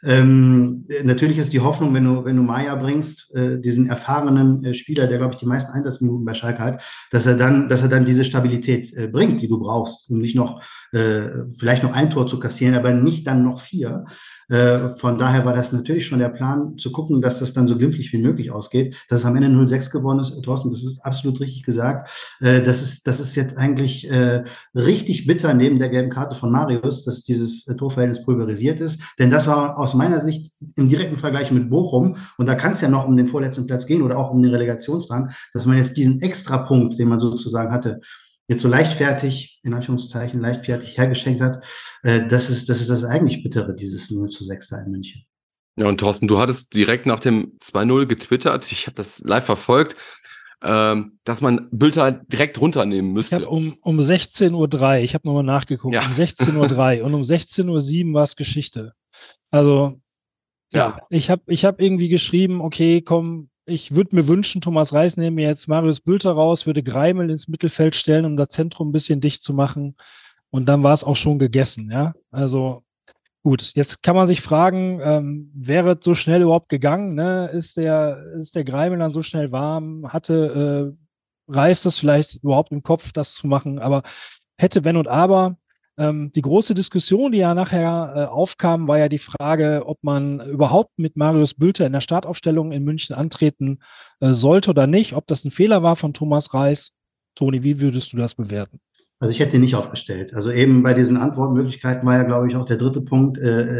Natürlich ist die Hoffnung, wenn du Maya bringst, diesen erfahrenen Spieler, der, glaube ich, die meisten Einsatzminuten bei Schalke hat, dass er dann diese Stabilität bringt, die du brauchst, um nicht noch vielleicht noch ein Tor zu kassieren, aber nicht dann noch 4. Von daher war das natürlich schon der Plan, zu gucken, dass das dann so glimpflich wie möglich ausgeht. Dass es am Ende 0-6 geworden ist, Thorsten, das ist absolut richtig gesagt. Das ist jetzt eigentlich richtig bitter neben der gelben Karte von Marius, dass dieses Torverhältnis pulverisiert ist. Denn das war aus meiner Sicht im direkten Vergleich mit Bochum, und da kann es ja noch um den vorletzten Platz gehen oder auch um den Relegationsrang, dass man jetzt diesen Extrapunkt, den man sozusagen hatte, jetzt so leichtfertig, in Anführungszeichen, leichtfertig hergeschenkt hat, das ist das eigentlich Bittere, dieses 0-6 da in München. Ja, und Thorsten, du hattest direkt nach dem 2-0 getwittert, ich habe das live verfolgt, dass man Bülter direkt runternehmen müsste. Ich habe um 16:03 Uhr, ich habe nochmal nachgeguckt, um 16:03 Uhr und um 16:07 Uhr war es Geschichte. Also, ich hab irgendwie geschrieben, okay, komm, ich würde mir wünschen, Thomas Reis nehme jetzt Marius Bülter raus, würde Greimel ins Mittelfeld stellen, um das Zentrum ein bisschen dicht zu machen. Und dann war es auch schon gegessen, ja. Also Gut, jetzt kann man sich fragen, wäre es so schnell überhaupt gegangen? Ne? Ist der Greimel dann so schnell warm? Reißt es vielleicht überhaupt im Kopf, das zu machen? Aber hätte, wenn und aber. Die große Diskussion, die ja nachher aufkam, war ja die Frage, ob man überhaupt mit Marius Bülter in der Startaufstellung in München antreten sollte oder nicht, ob das ein Fehler war von Thomas Reis. Toni, wie würdest du das bewerten? Also ich hätte ihn nicht aufgestellt. Also eben bei diesen Antwortmöglichkeiten war ja, glaube ich, auch der dritte Punkt.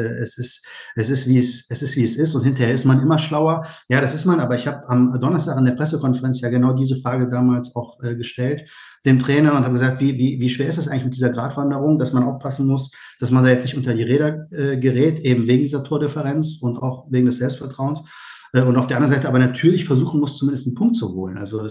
Es ist, wie es ist und hinterher ist man immer schlauer. Ja, das ist man, aber ich habe am Donnerstag in der Pressekonferenz ja genau diese Frage damals auch gestellt dem Trainer und habe gesagt, wie schwer ist es eigentlich mit dieser Gratwanderung, dass man aufpassen muss, dass man da jetzt nicht unter die Räder gerät, eben wegen dieser Tordifferenz und auch wegen des Selbstvertrauens. Und auf der anderen Seite aber natürlich versuchen muss, zumindest einen Punkt zu holen. Also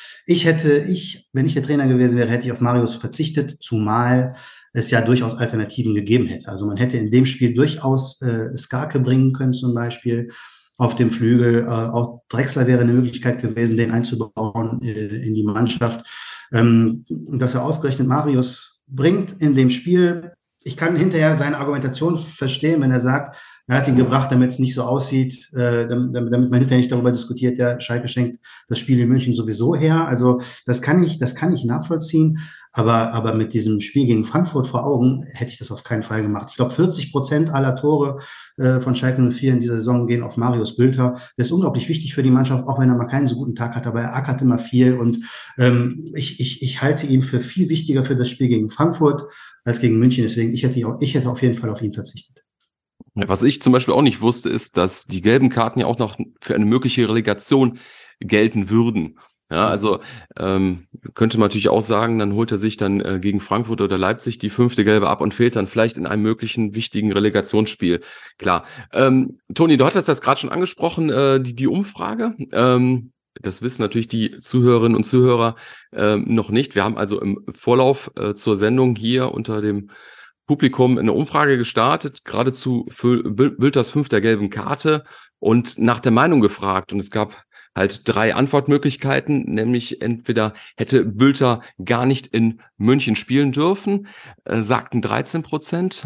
wenn ich der Trainer gewesen wäre, hätte ich auf Marius verzichtet, zumal es ja durchaus Alternativen gegeben hätte. Also man hätte in dem Spiel durchaus Skarke bringen können zum Beispiel auf dem Flügel. Auch Drexler wäre eine Möglichkeit gewesen, den einzubauen in die Mannschaft. Dass er ausgerechnet Marius bringt in dem Spiel. Ich kann hinterher seine Argumentation verstehen, wenn er sagt, er hat ihn gebracht, damit es nicht so aussieht, damit man hinterher nicht darüber diskutiert, ja, Schalke schenkt das Spiel in München sowieso her. Also das kann ich nachvollziehen. Aber mit diesem Spiel gegen Frankfurt vor Augen hätte ich das auf keinen Fall gemacht. Ich glaube, 40% aller Tore von Schalke 04 in dieser Saison gehen auf Marius Bülter. Der ist unglaublich wichtig für die Mannschaft, auch wenn er mal keinen so guten Tag hat, aber er ackert immer viel. Und ich halte ihn für viel wichtiger für das Spiel gegen Frankfurt als gegen München. Deswegen, ich hätte auf jeden Fall auf ihn verzichtet. Was ich zum Beispiel auch nicht wusste, ist, dass die gelben Karten ja auch noch für eine mögliche Relegation gelten würden. Ja, also könnte man natürlich auch sagen, dann holt er sich dann gegen Frankfurt oder Leipzig die 5. Gelbe ab und fehlt dann vielleicht in einem möglichen wichtigen Relegationsspiel. Klar. Toni, du hattest das gerade schon angesprochen, die Umfrage. Das wissen natürlich die Zuhörerinnen und Zuhörer noch nicht. Wir haben also im Vorlauf zur Sendung hier unter dem Publikum eine Umfrage gestartet, geradezu für Bülters 5. gelben Karte und nach der Meinung gefragt. Und es gab halt 3 Antwortmöglichkeiten, nämlich entweder hätte Bülter gar nicht in München spielen dürfen, sagten 13%.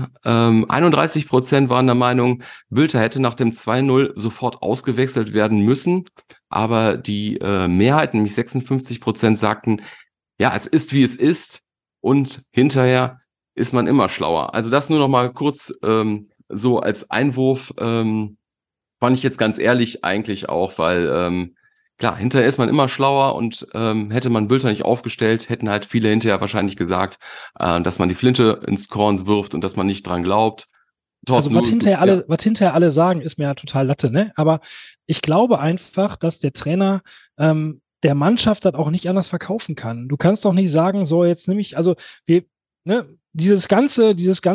31% waren der Meinung, Bülter hätte nach dem 2-0 sofort ausgewechselt werden müssen. Aber die Mehrheit, nämlich 56%, sagten, ja, es ist, wie es ist. Und hinterher ist man immer schlauer. Also das nur noch mal kurz so als Einwurf fand ich jetzt ganz ehrlich eigentlich auch, weil klar, hinterher ist man immer schlauer und hätte man Bülter nicht aufgestellt, hätten halt viele hinterher wahrscheinlich gesagt, dass man die Flinte ins Korn wirft und dass man nicht dran glaubt. Thorsten, was hinterher alle sagen, ist mir ja total Latte, ne? Aber ich glaube einfach, dass der Trainer der Mannschaft das auch nicht anders verkaufen kann. Du kannst doch nicht sagen, so jetzt nehme ich, also diese ganze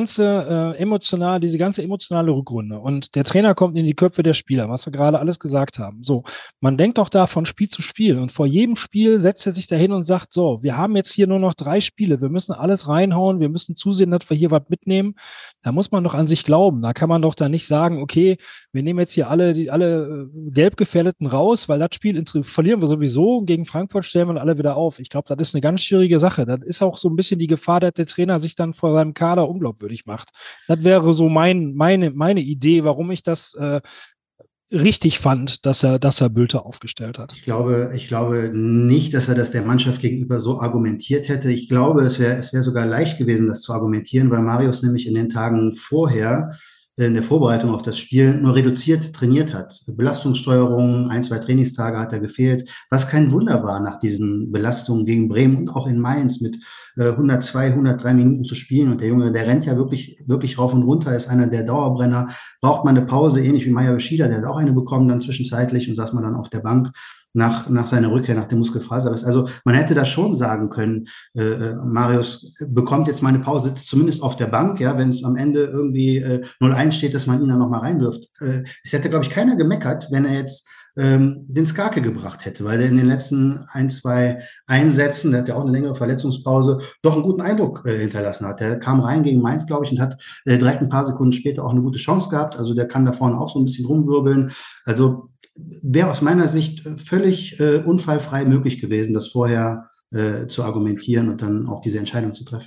emotionale Rückrunde und der Trainer kommt in die Köpfe der Spieler, was wir gerade alles gesagt haben. So, man denkt doch da von Spiel zu Spiel und vor jedem Spiel setzt er sich da hin und sagt, so, wir haben jetzt hier nur noch 3 Spiele, wir müssen alles reinhauen, wir müssen zusehen, dass wir hier was mitnehmen. Da muss man doch an sich glauben. Da kann man doch da nicht sagen, okay, wir nehmen jetzt hier alle gelb gefährdeten raus, weil das Spiel verlieren wir sowieso, gegen Frankfurt stellen wir alle wieder auf. Ich glaube, das ist eine ganz schwierige Sache. Das ist auch so ein bisschen die Gefahr, dass der Trainer sich dann vor seinem Kader unglaubwürdig macht. Das wäre so meine Idee, warum ich das richtig fand, dass er Bülter aufgestellt hat. Ich glaube nicht, dass er das der Mannschaft gegenüber so argumentiert hätte. Ich glaube, es wäre sogar leicht gewesen, das zu argumentieren, weil Marius nämlich in den Tagen vorher in der Vorbereitung auf das Spiel nur reduziert trainiert hat. Belastungssteuerung, 1, 2 Trainingstage hat er gefehlt, was kein Wunder war nach diesen Belastungen gegen Bremen und auch in Mainz mit 102, 103 Minuten zu spielen. Und der Junge, der rennt ja wirklich, wirklich rauf und runter, ist einer der Dauerbrenner, braucht man eine Pause, ähnlich wie Maya Yoshida, der hat auch eine bekommen dann zwischenzeitlich und saß man dann auf der Bank nach seiner Rückkehr, nach dem Muskelfaserriss. Also man hätte da schon sagen können, Marius bekommt jetzt mal eine Pause, sitzt zumindest auf der Bank, ja, wenn es am Ende irgendwie 0-1 steht, dass man ihn dann nochmal reinwirft. Es hätte, glaube ich, keiner gemeckert, wenn er jetzt den Skarke gebracht hätte, weil er in den letzten 1, 2 Einsätzen, der hat ja auch eine längere Verletzungspause, doch einen guten Eindruck hinterlassen hat. Der kam rein gegen Mainz, glaube ich, und hat direkt ein paar Sekunden später auch eine gute Chance gehabt. Also der kann da vorne auch so ein bisschen rumwirbeln. Also wäre aus meiner Sicht völlig unfallfrei möglich gewesen, das vorher zu argumentieren und dann auch diese Entscheidung zu treffen.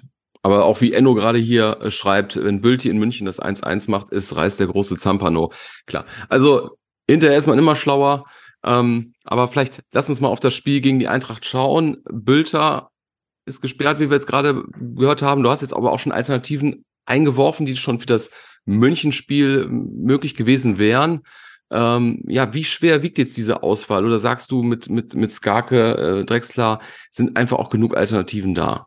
Aber auch wie Enno gerade hier schreibt, wenn Bülti in München das 1-1 macht, reißt der große Zampano. Klar. Also hinterher ist man immer schlauer. Aber vielleicht lass uns mal auf das Spiel gegen die Eintracht schauen. Bülter ist gesperrt, wie wir jetzt gerade gehört haben. Du hast jetzt aber auch schon Alternativen eingeworfen, die schon für das Münchenspiel möglich gewesen wären. Ja, wie schwer wiegt jetzt diese Auswahl? Oder sagst du, mit Skarke, Drexler sind einfach auch genug Alternativen da?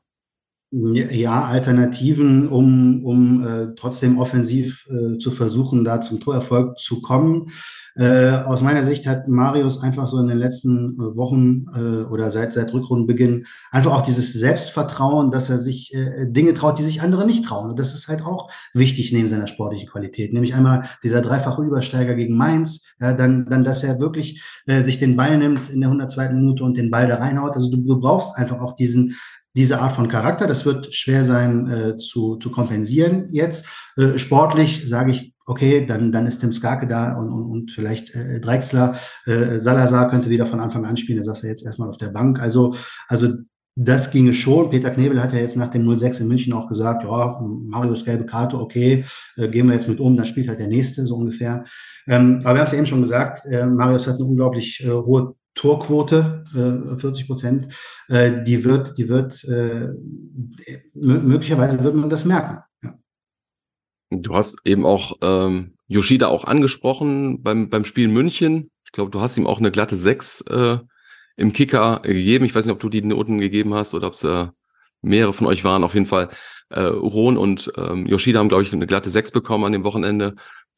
Ja, Alternativen, um trotzdem offensiv zu versuchen, da zum Torerfolg zu kommen. Aus meiner Sicht hat Marius einfach so in den letzten Wochen oder seit Rückrundenbeginn einfach auch dieses Selbstvertrauen, dass er sich Dinge traut, die sich andere nicht trauen. Und das ist halt auch wichtig neben seiner sportlichen Qualität. Nämlich einmal dieser dreifache Übersteiger gegen Mainz, ja, dann, dass er wirklich sich den Ball nimmt in der 102. Minute und den Ball da reinhaut. Also du brauchst einfach auch diese Art von Charakter. Das wird schwer sein zu kompensieren jetzt. Sportlich sage ich, okay, dann ist Tim Skarke da und vielleicht Drexler. Salazar könnte wieder von Anfang an spielen, der saß ja jetzt erstmal auf der Bank. Also das ginge schon. Peter Knebel hat ja jetzt nach dem 0-6 in München auch gesagt, ja, Marius gelbe Karte, okay, gehen wir jetzt mit um, dann spielt halt der Nächste, so ungefähr. Aber wir haben es eben schon gesagt, Marius hat eine unglaublich hohe Torquote, 40%, die wird möglicherweise wird man das merken. Ja. Du hast eben auch Yoshida auch angesprochen beim Spiel in München. Ich glaube, du hast ihm auch eine glatte 6 im Kicker gegeben. Ich weiß nicht, ob du die Noten gegeben hast oder ob es mehrere von euch waren. Auf jeden Fall Ron und Yoshida haben, glaube ich, eine glatte 6 bekommen an dem Wochenende.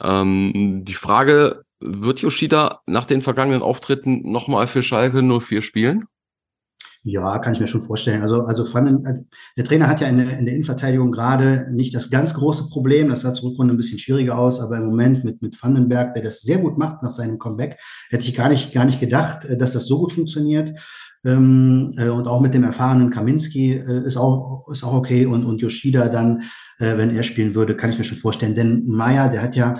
Die Frage, wird Yoshida nach den vergangenen Auftritten nochmal für Schalke 04 spielen? Ja, kann ich mir schon vorstellen. Also der Trainer hat ja in der Innenverteidigung gerade nicht das ganz große Problem. Das sah zur Rückrunde ein bisschen schwieriger aus, aber im Moment mit Vandenberg, der das sehr gut macht nach seinem Comeback, hätte ich gar nicht gedacht, dass das so gut funktioniert. Und auch mit dem erfahrenen Kaminski ist auch okay. Und Yoshida dann, wenn er spielen würde, kann ich mir schon vorstellen. Denn Meier, der hat ja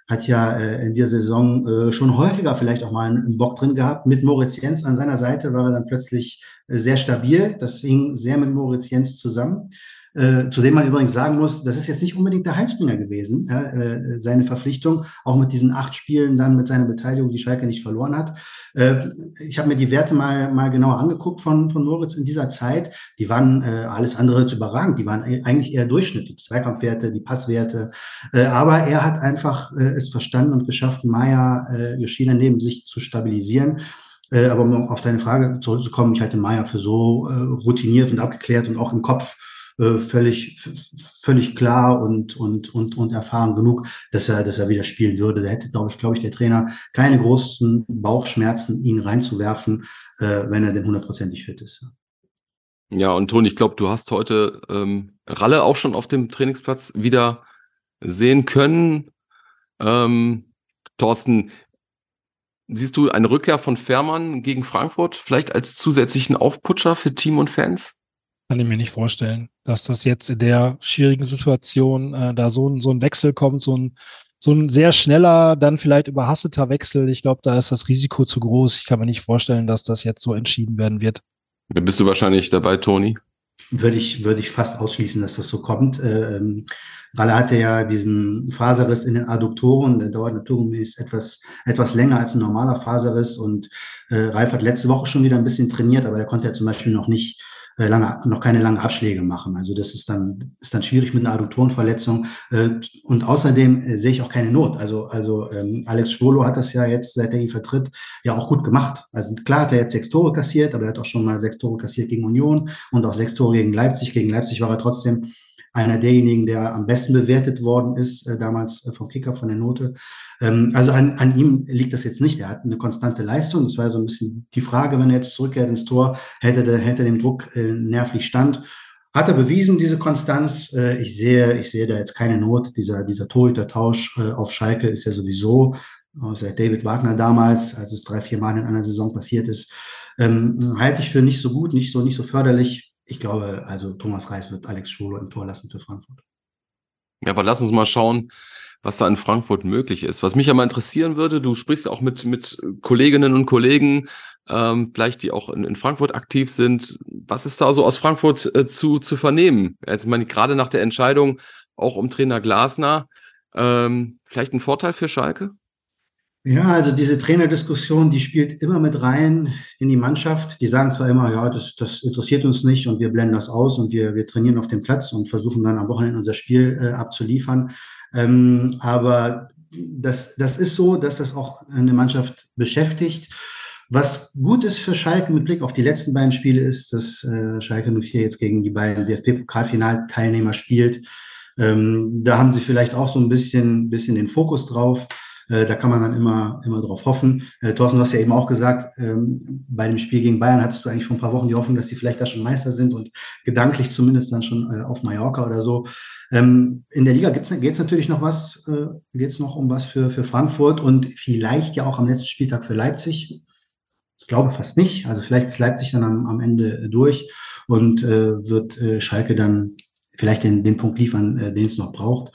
in dieser Saison schon häufiger vielleicht auch mal einen Bock drin gehabt. Mit Moritz Jens an seiner Seite war er dann plötzlich sehr stabil. Das hing sehr mit Moritz Jens zusammen. Zu dem man übrigens sagen muss, das ist jetzt nicht unbedingt der Heilsbringer gewesen, seine Verpflichtung, auch mit diesen 8 Spielen dann mit seiner Beteiligung, die Schalke nicht verloren hat. Ich habe mir die Werte mal genauer angeguckt von Moritz in dieser Zeit. Die waren alles andere als überragend. Die waren eigentlich eher Durchschnitt, die Zweikampfwerte, die Passwerte. Aber er hat einfach es verstanden und geschafft, Meier, Yoshida neben sich zu stabilisieren. Aber um auf deine Frage zurückzukommen, ich halte Meier für so routiniert und abgeklärt und auch im Kopf völlig klar und erfahren genug, dass er wieder spielen würde. Da hätte, glaube ich, der Trainer keine großen Bauchschmerzen, ihn reinzuwerfen, wenn er denn 100%ig fit ist. Ja, und Toni, ich glaube, du hast heute Ralle auch schon auf dem Trainingsplatz wieder sehen können. Thorsten, siehst du eine Rückkehr von Fährmann gegen Frankfurt vielleicht als zusätzlichen Aufputscher für Team und Fans? Kann ich mir nicht vorstellen, dass das jetzt in der schwierigen Situation da so ein Wechsel kommt, so ein sehr schneller, dann vielleicht überhasteter Wechsel. Ich glaube, da ist das Risiko zu groß. Ich kann mir nicht vorstellen, dass das jetzt so entschieden werden wird. Da bist du wahrscheinlich dabei, Toni. Würde ich fast ausschließen, dass das so kommt. Ralle hatte ja diesen Faserriss in den Adduktoren, der dauert naturgemäß etwas länger als ein normaler Faserriss und Ralf hat letzte Woche schon wieder ein bisschen trainiert, aber der konnte ja zum Beispiel noch keine langen Abschläge machen. Also das ist dann schwierig mit einer Adduktorenverletzung. Und außerdem sehe ich auch keine Not. Also Alex Schwolo hat das ja jetzt, seit er ihn vertritt, ja auch gut gemacht. Also klar hat er jetzt 6 Tore kassiert, aber er hat auch schon mal 6 Tore kassiert gegen Union und auch 6 Tore gegen Leipzig. Gegen Leipzig war er trotzdem einer derjenigen, der am besten bewertet worden ist, damals vom Kicker, von der Note. Also an ihm liegt das jetzt nicht. Er hat eine konstante Leistung. Das war so ein bisschen die Frage, wenn er jetzt zurückkehrt ins Tor, hätte dem Druck nervlich stand. Hat er bewiesen, diese Konstanz. Ich sehe da jetzt keine Not. Dieser Torhüter-Tausch auf Schalke ist ja sowieso seit David Wagner damals, als es 3-4 Mal in einer Saison passiert ist, halte ich für nicht so gut, nicht so förderlich. Ich glaube, also Thomas Reis wird Alex Schwolo im Tor lassen für Frankfurt. Ja, aber lass uns mal schauen, was da in Frankfurt möglich ist. Was mich ja mal interessieren würde, du sprichst ja auch mit Kolleginnen und Kollegen, vielleicht die auch in Frankfurt aktiv sind. Was ist da so aus Frankfurt zu vernehmen? Also ich meine, gerade nach der Entscheidung auch um Trainer Glasner, vielleicht ein Vorteil für Schalke? Ja, also diese Trainerdiskussion, die spielt immer mit rein in die Mannschaft. Die sagen zwar immer, ja, das interessiert uns nicht und wir blenden das aus und wir trainieren auf dem Platz und versuchen dann am Wochenende unser Spiel abzuliefern. Aber das ist so, dass das auch eine Mannschaft beschäftigt. Was gut ist für Schalke mit Blick auf die letzten beiden Spiele ist, dass Schalke 04 jetzt gegen die beiden DFB-Pokalfinalteilnehmer spielt. Da haben sie vielleicht auch so ein bisschen den Fokus drauf. Da kann man dann immer drauf hoffen. Thorsten, du hast ja eben auch gesagt, bei dem Spiel gegen Bayern hattest du eigentlich vor ein paar Wochen die Hoffnung, dass sie vielleicht da schon Meister sind und gedanklich zumindest dann schon auf Mallorca oder so. In der Liga geht's natürlich noch geht's noch um was für Frankfurt und vielleicht ja auch am letzten Spieltag für Leipzig. Ich glaube fast nicht. Also vielleicht ist Leipzig dann am Ende durch und wird Schalke dann vielleicht den Punkt liefern, den es noch braucht.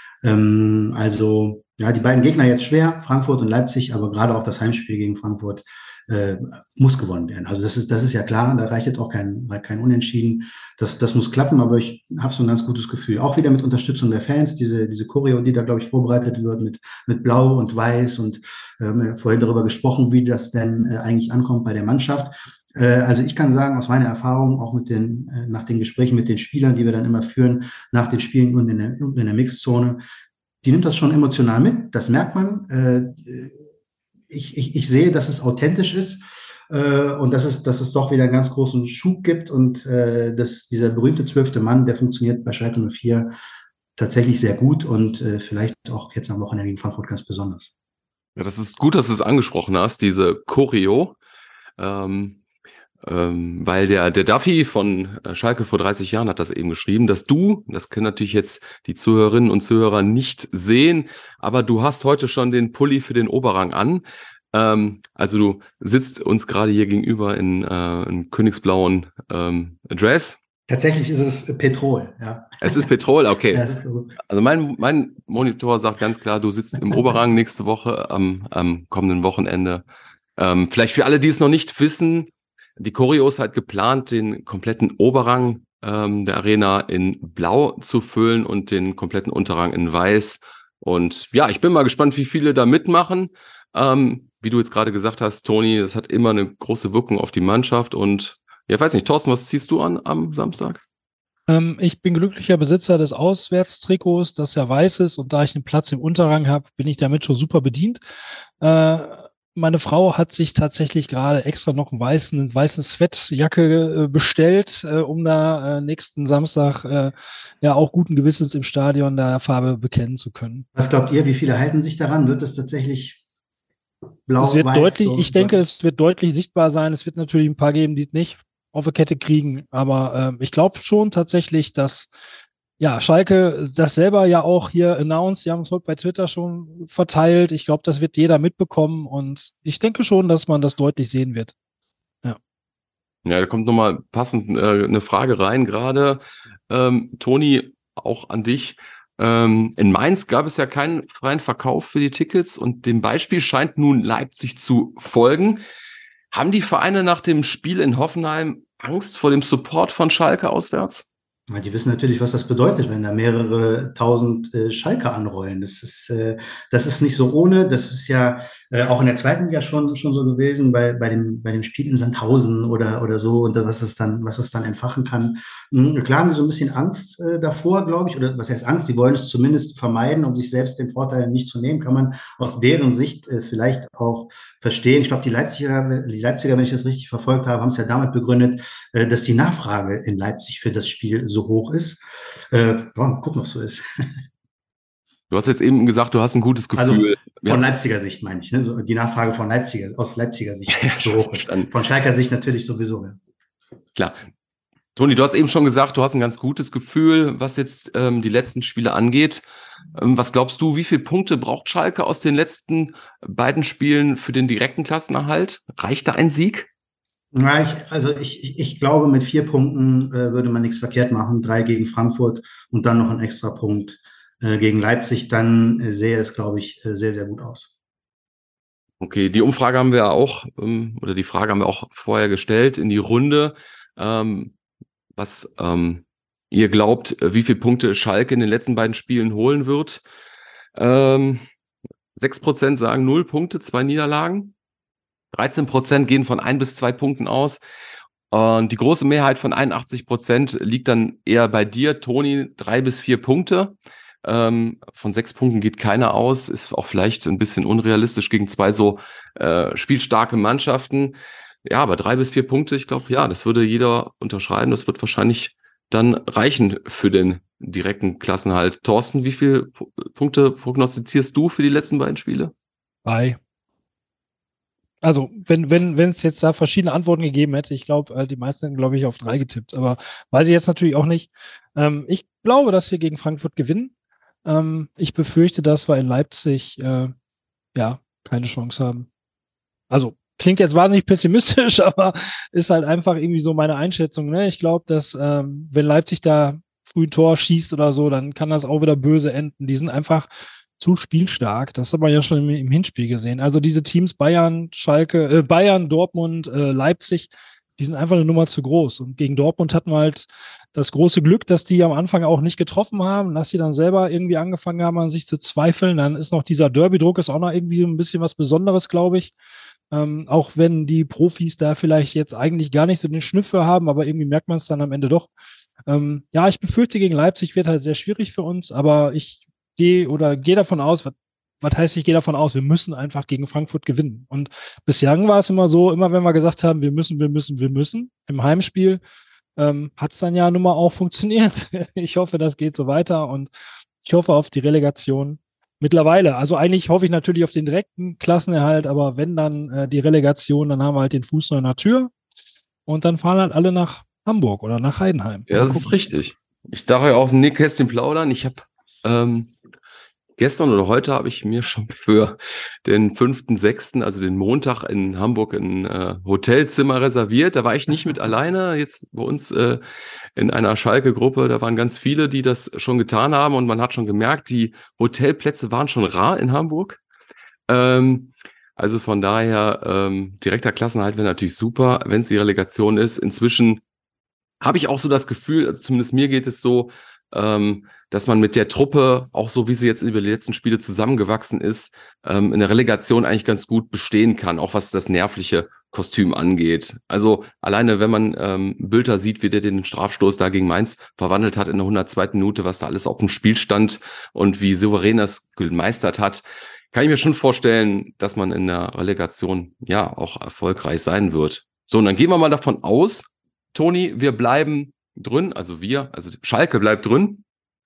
Also ja, die beiden Gegner jetzt schwer, Frankfurt und Leipzig, aber gerade auch das Heimspiel gegen Frankfurt muss gewonnen werden. Also das ist ja klar, da reicht jetzt auch kein Unentschieden. Das muss klappen, aber ich habe so ein ganz gutes Gefühl. Auch wieder mit Unterstützung der Fans, diese Choreo, die da, glaube ich, vorbereitet wird mit Blau und Weiß und vorhin darüber gesprochen, wie das denn eigentlich ankommt bei der Mannschaft. Also ich kann sagen, aus meiner Erfahrung, auch nach den Gesprächen mit den Spielern, die wir dann immer führen, nach den Spielen und in der Mixzone, die nimmt das schon emotional mit, das merkt man. Ich sehe, dass es authentisch ist und dass es doch wieder einen ganz großen Schub gibt und dass dieser berühmte 12. Mann, der funktioniert bei Schalke 04 tatsächlich sehr gut und vielleicht auch jetzt am Wochenende gegen Frankfurt ganz besonders. Ja, das ist gut, dass du es angesprochen hast, diese Choreo. Weil der Duffy von Schalke vor 30 Jahren hat das eben geschrieben, das können natürlich jetzt die Zuhörerinnen und Zuhörer nicht sehen, aber du hast heute schon den Pulli für den Oberrang an. Also du sitzt uns gerade hier gegenüber in königsblauen Dress. Tatsächlich ist es Petrol, ja. Es ist Petrol, okay. Ja, das ist gut. Also mein Monitor sagt ganz klar, du sitzt im Oberrang nächste Woche am kommenden Wochenende. Vielleicht für alle, die es noch nicht wissen, die Choreo ist halt geplant, den kompletten Oberrang der Arena in Blau zu füllen und den kompletten Unterrang in Weiß. Und ja, ich bin mal gespannt, wie viele da mitmachen. Wie du jetzt gerade gesagt hast, Toni, das hat immer eine große Wirkung auf die Mannschaft. Und ja, ich weiß nicht, Thorsten, was ziehst du an am Samstag? Ich bin glücklicher Besitzer des Auswärtstrikots, das ja weiß ist. Und da ich einen Platz im Unterrang habe, bin ich damit schon super bedient. Meine Frau hat sich tatsächlich gerade extra noch eine weiße Sweatjacke bestellt, um da nächsten Samstag ja auch guten Gewissens im Stadion der Farbe bekennen zu können. Was glaubt ihr, wie viele halten sich daran? Wird es tatsächlich blau-weiß? Ich denke, es wird deutlich sichtbar sein. Es wird natürlich ein paar geben, die es nicht auf die Kette kriegen. Aber ich glaube schon tatsächlich, dass ja, Schalke das selber ja auch hier announced, die haben es heute bei Twitter schon verteilt. Ich glaube, das wird jeder mitbekommen und ich denke schon, dass man das deutlich sehen wird. Ja, da kommt nochmal passend eine Frage rein gerade. Toni, auch an dich. In Mainz gab es ja keinen freien Verkauf für die Tickets und dem Beispiel scheint nun Leipzig zu folgen. Haben die Vereine nach dem Spiel in Hoffenheim Angst vor dem Support von Schalke auswärts? Die wissen natürlich, was das bedeutet, wenn da mehrere tausend Schalker anrollen. Das ist nicht so ohne. Das ist ja auch in der zweiten Liga schon so gewesen bei dem Spiel in Sandhausen oder so und was es dann entfachen kann. Klar haben die so ein bisschen Angst davor, glaube ich, oder was heißt Angst? Sie wollen es zumindest vermeiden, um sich selbst den Vorteil nicht zu nehmen. Kann man aus deren Sicht vielleicht auch verstehen. Ich glaube, die Leipziger, wenn ich das richtig verfolgt habe, haben es ja damit begründet, dass die Nachfrage in Leipzig für das Spiel so hoch ist. Gucken, ob es so ist. Du hast jetzt eben gesagt, du hast ein gutes Gefühl. Also von Leipziger Sicht meine ich, ne? So die Nachfrage aus Leipziger Sicht so hoch ist. Von Schalker Sicht natürlich sowieso. Ja. Klar. Toni, du hast eben schon gesagt, du hast ein ganz gutes Gefühl, was jetzt die letzten Spiele angeht. Was glaubst du, wie viele Punkte braucht Schalke aus den letzten beiden Spielen für den direkten Klassenerhalt? Reicht da ein Sieg? Ja, ich glaube, mit 4 Punkten würde man nichts verkehrt machen. 3 gegen Frankfurt und dann noch ein extra Punkt gegen Leipzig, dann sähe es, glaube ich, sehr, sehr gut aus. Okay, die Umfrage haben wir auch, oder die Frage haben wir auch vorher gestellt in die Runde, was ihr glaubt, wie viele Punkte Schalke in den letzten beiden Spielen holen wird. 6% sagen 0 Punkte, 2 Niederlagen. 13% gehen von 1 bis 2 Punkten aus. Und die große Mehrheit von 81% liegt dann eher bei dir, Toni, 3 bis 4 Punkte. Von 6 Punkten geht keiner aus, ist auch vielleicht ein bisschen unrealistisch gegen zwei so spielstarke Mannschaften. Ja, aber 3 bis 4 Punkte, ich glaube, ja, das würde jeder unterschreiben. Das wird wahrscheinlich dann reichen für den direkten Klassenhalt. Thorsten, wie viele Punkte prognostizierst du für die letzten beiden Spiele? 3. Also, wenn es jetzt da verschiedene Antworten gegeben hätte, ich glaube, die meisten hätten, glaube ich, auf 3 getippt, aber weiß ich jetzt natürlich auch nicht. Ich glaube, dass wir gegen Frankfurt gewinnen. Ich befürchte, dass wir in Leipzig keine Chance haben. Also, klingt jetzt wahnsinnig pessimistisch, aber ist halt einfach irgendwie so meine Einschätzung. Ne? Ich glaube, dass wenn Leipzig da früh ein Tor schießt oder so, dann kann das auch wieder böse enden. Die sind einfach zu spielstark. Das hat man ja schon im Hinspiel gesehen. Also diese Teams Bayern, Schalke, Bayern, Dortmund, Leipzig, die sind einfach eine Nummer zu groß. Und gegen Dortmund hatten wir halt das große Glück, dass die am Anfang auch nicht getroffen haben, dass sie dann selber irgendwie angefangen haben, an sich zu zweifeln. Dann ist noch dieser Derby-Druck, ist auch noch irgendwie ein bisschen was Besonderes, glaube ich. Auch wenn die Profis da vielleicht jetzt eigentlich gar nicht so den Schniff für haben, aber irgendwie merkt man es dann am Ende doch. Ich befürchte, gegen Leipzig wird halt sehr schwierig für uns, aber ich gehe davon aus, was heißt, ich gehe davon aus, wir müssen einfach gegen Frankfurt gewinnen. Und bislang war es immer so, immer wenn wir gesagt haben, wir müssen, im Heimspiel hat es dann ja nun mal auch funktioniert. Ich hoffe, das geht so weiter und ich hoffe auf die Relegation. Mittlerweile, also eigentlich hoffe ich natürlich auf den direkten Klassenerhalt, aber wenn dann die Relegation, dann haben wir halt den Fuß noch in der Tür und dann fahren halt alle nach Hamburg oder nach Heidenheim. Ja, das ist richtig. Ich darf ja aus dem Nähkästchen plaudern. Ich habe gestern oder heute habe ich mir schon für den 5.6., also den Montag in Hamburg, ein Hotelzimmer reserviert. Da war ich nicht mit alleine. Jetzt bei uns in einer Schalke-Gruppe, da waren ganz viele, die das schon getan haben. Und man hat schon gemerkt, die Hotelplätze waren schon rar in Hamburg. Also von daher, direkter Klassenhalt wäre natürlich super, wenn es die Relegation ist. Inzwischen habe ich auch so das Gefühl, also zumindest mir geht es so, dass man mit der Truppe, auch so wie sie jetzt über die letzten Spiele zusammengewachsen ist, in der Relegation eigentlich ganz gut bestehen kann, auch was das nervliche Kostüm angeht. Also alleine, wenn man Bülter sieht, wie der den Strafstoß da gegen Mainz verwandelt hat in der 102. Minute, was da alles auf dem Spiel stand und wie souverän das gemeistert hat, kann ich mir schon vorstellen, dass man in der Relegation ja auch erfolgreich sein wird. So, und dann gehen wir mal davon aus, Toni, wir bleiben drin, also Schalke bleibt drin.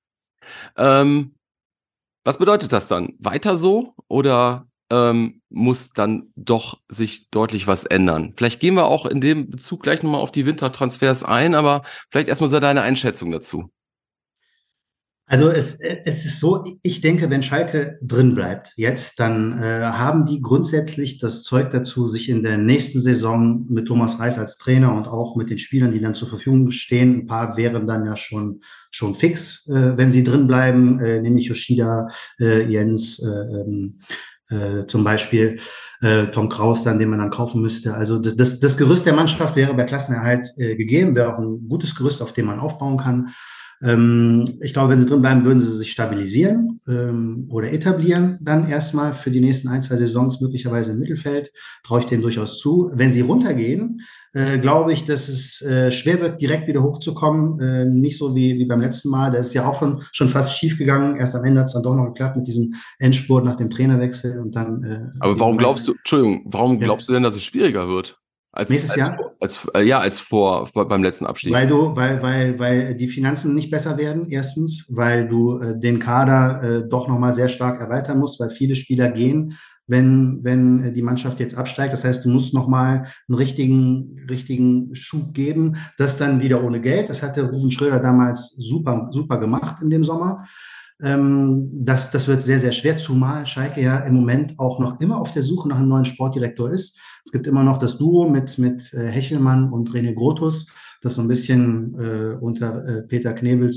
Was bedeutet das dann? Weiter so oder muss dann doch sich deutlich was ändern? Vielleicht gehen wir auch in dem Bezug gleich nochmal auf die Wintertransfers ein, aber vielleicht erstmal so deine Einschätzung dazu. Also es ist so, ich denke, wenn Schalke drin bleibt jetzt, dann haben die grundsätzlich das Zeug dazu, sich in der nächsten Saison mit Thomas Reis als Trainer und auch mit den Spielern, die dann zur Verfügung stehen, ein paar wären dann ja schon fix, wenn sie drin bleiben, nämlich Yoshida, Jens, zum Beispiel Tom Kraus dann, den man dann kaufen müsste. Also das Gerüst der Mannschaft wäre bei Klassenerhalt gegeben, wäre auch ein gutes Gerüst, auf dem man aufbauen kann. Ich glaube, wenn sie drin bleiben, würden sie sich stabilisieren oder etablieren dann erstmal für die nächsten 1-2 Saisons, möglicherweise im Mittelfeld. Traue ich denen durchaus zu. Wenn sie runtergehen, glaube ich, dass es schwer wird, direkt wieder hochzukommen. Nicht so wie beim letzten Mal. Da ist ja auch schon fast schief gegangen. Erst am Ende hat es dann doch noch geklappt mit diesem Endspurt nach dem Trainerwechsel. Und dann, aber warum glaubst du denn, dass es schwieriger wird? Nächstes Jahr? Als beim letzten Abstieg. Weil die Finanzen nicht besser werden, erstens, weil du den Kader doch nochmal sehr stark erweitern musst, weil viele Spieler gehen, wenn die Mannschaft jetzt absteigt. Das heißt, du musst nochmal einen richtigen Schub geben. Das dann wieder ohne Geld. Das hatte Rufen Schröder damals super gemacht in dem Sommer. Das wird sehr, sehr schwer, zumal Schalke ja im Moment auch noch immer auf der Suche nach einem neuen Sportdirektor ist. Es gibt immer noch das Duo mit Hechelmann und René Grotus, das so ein bisschen unter Peter Knebels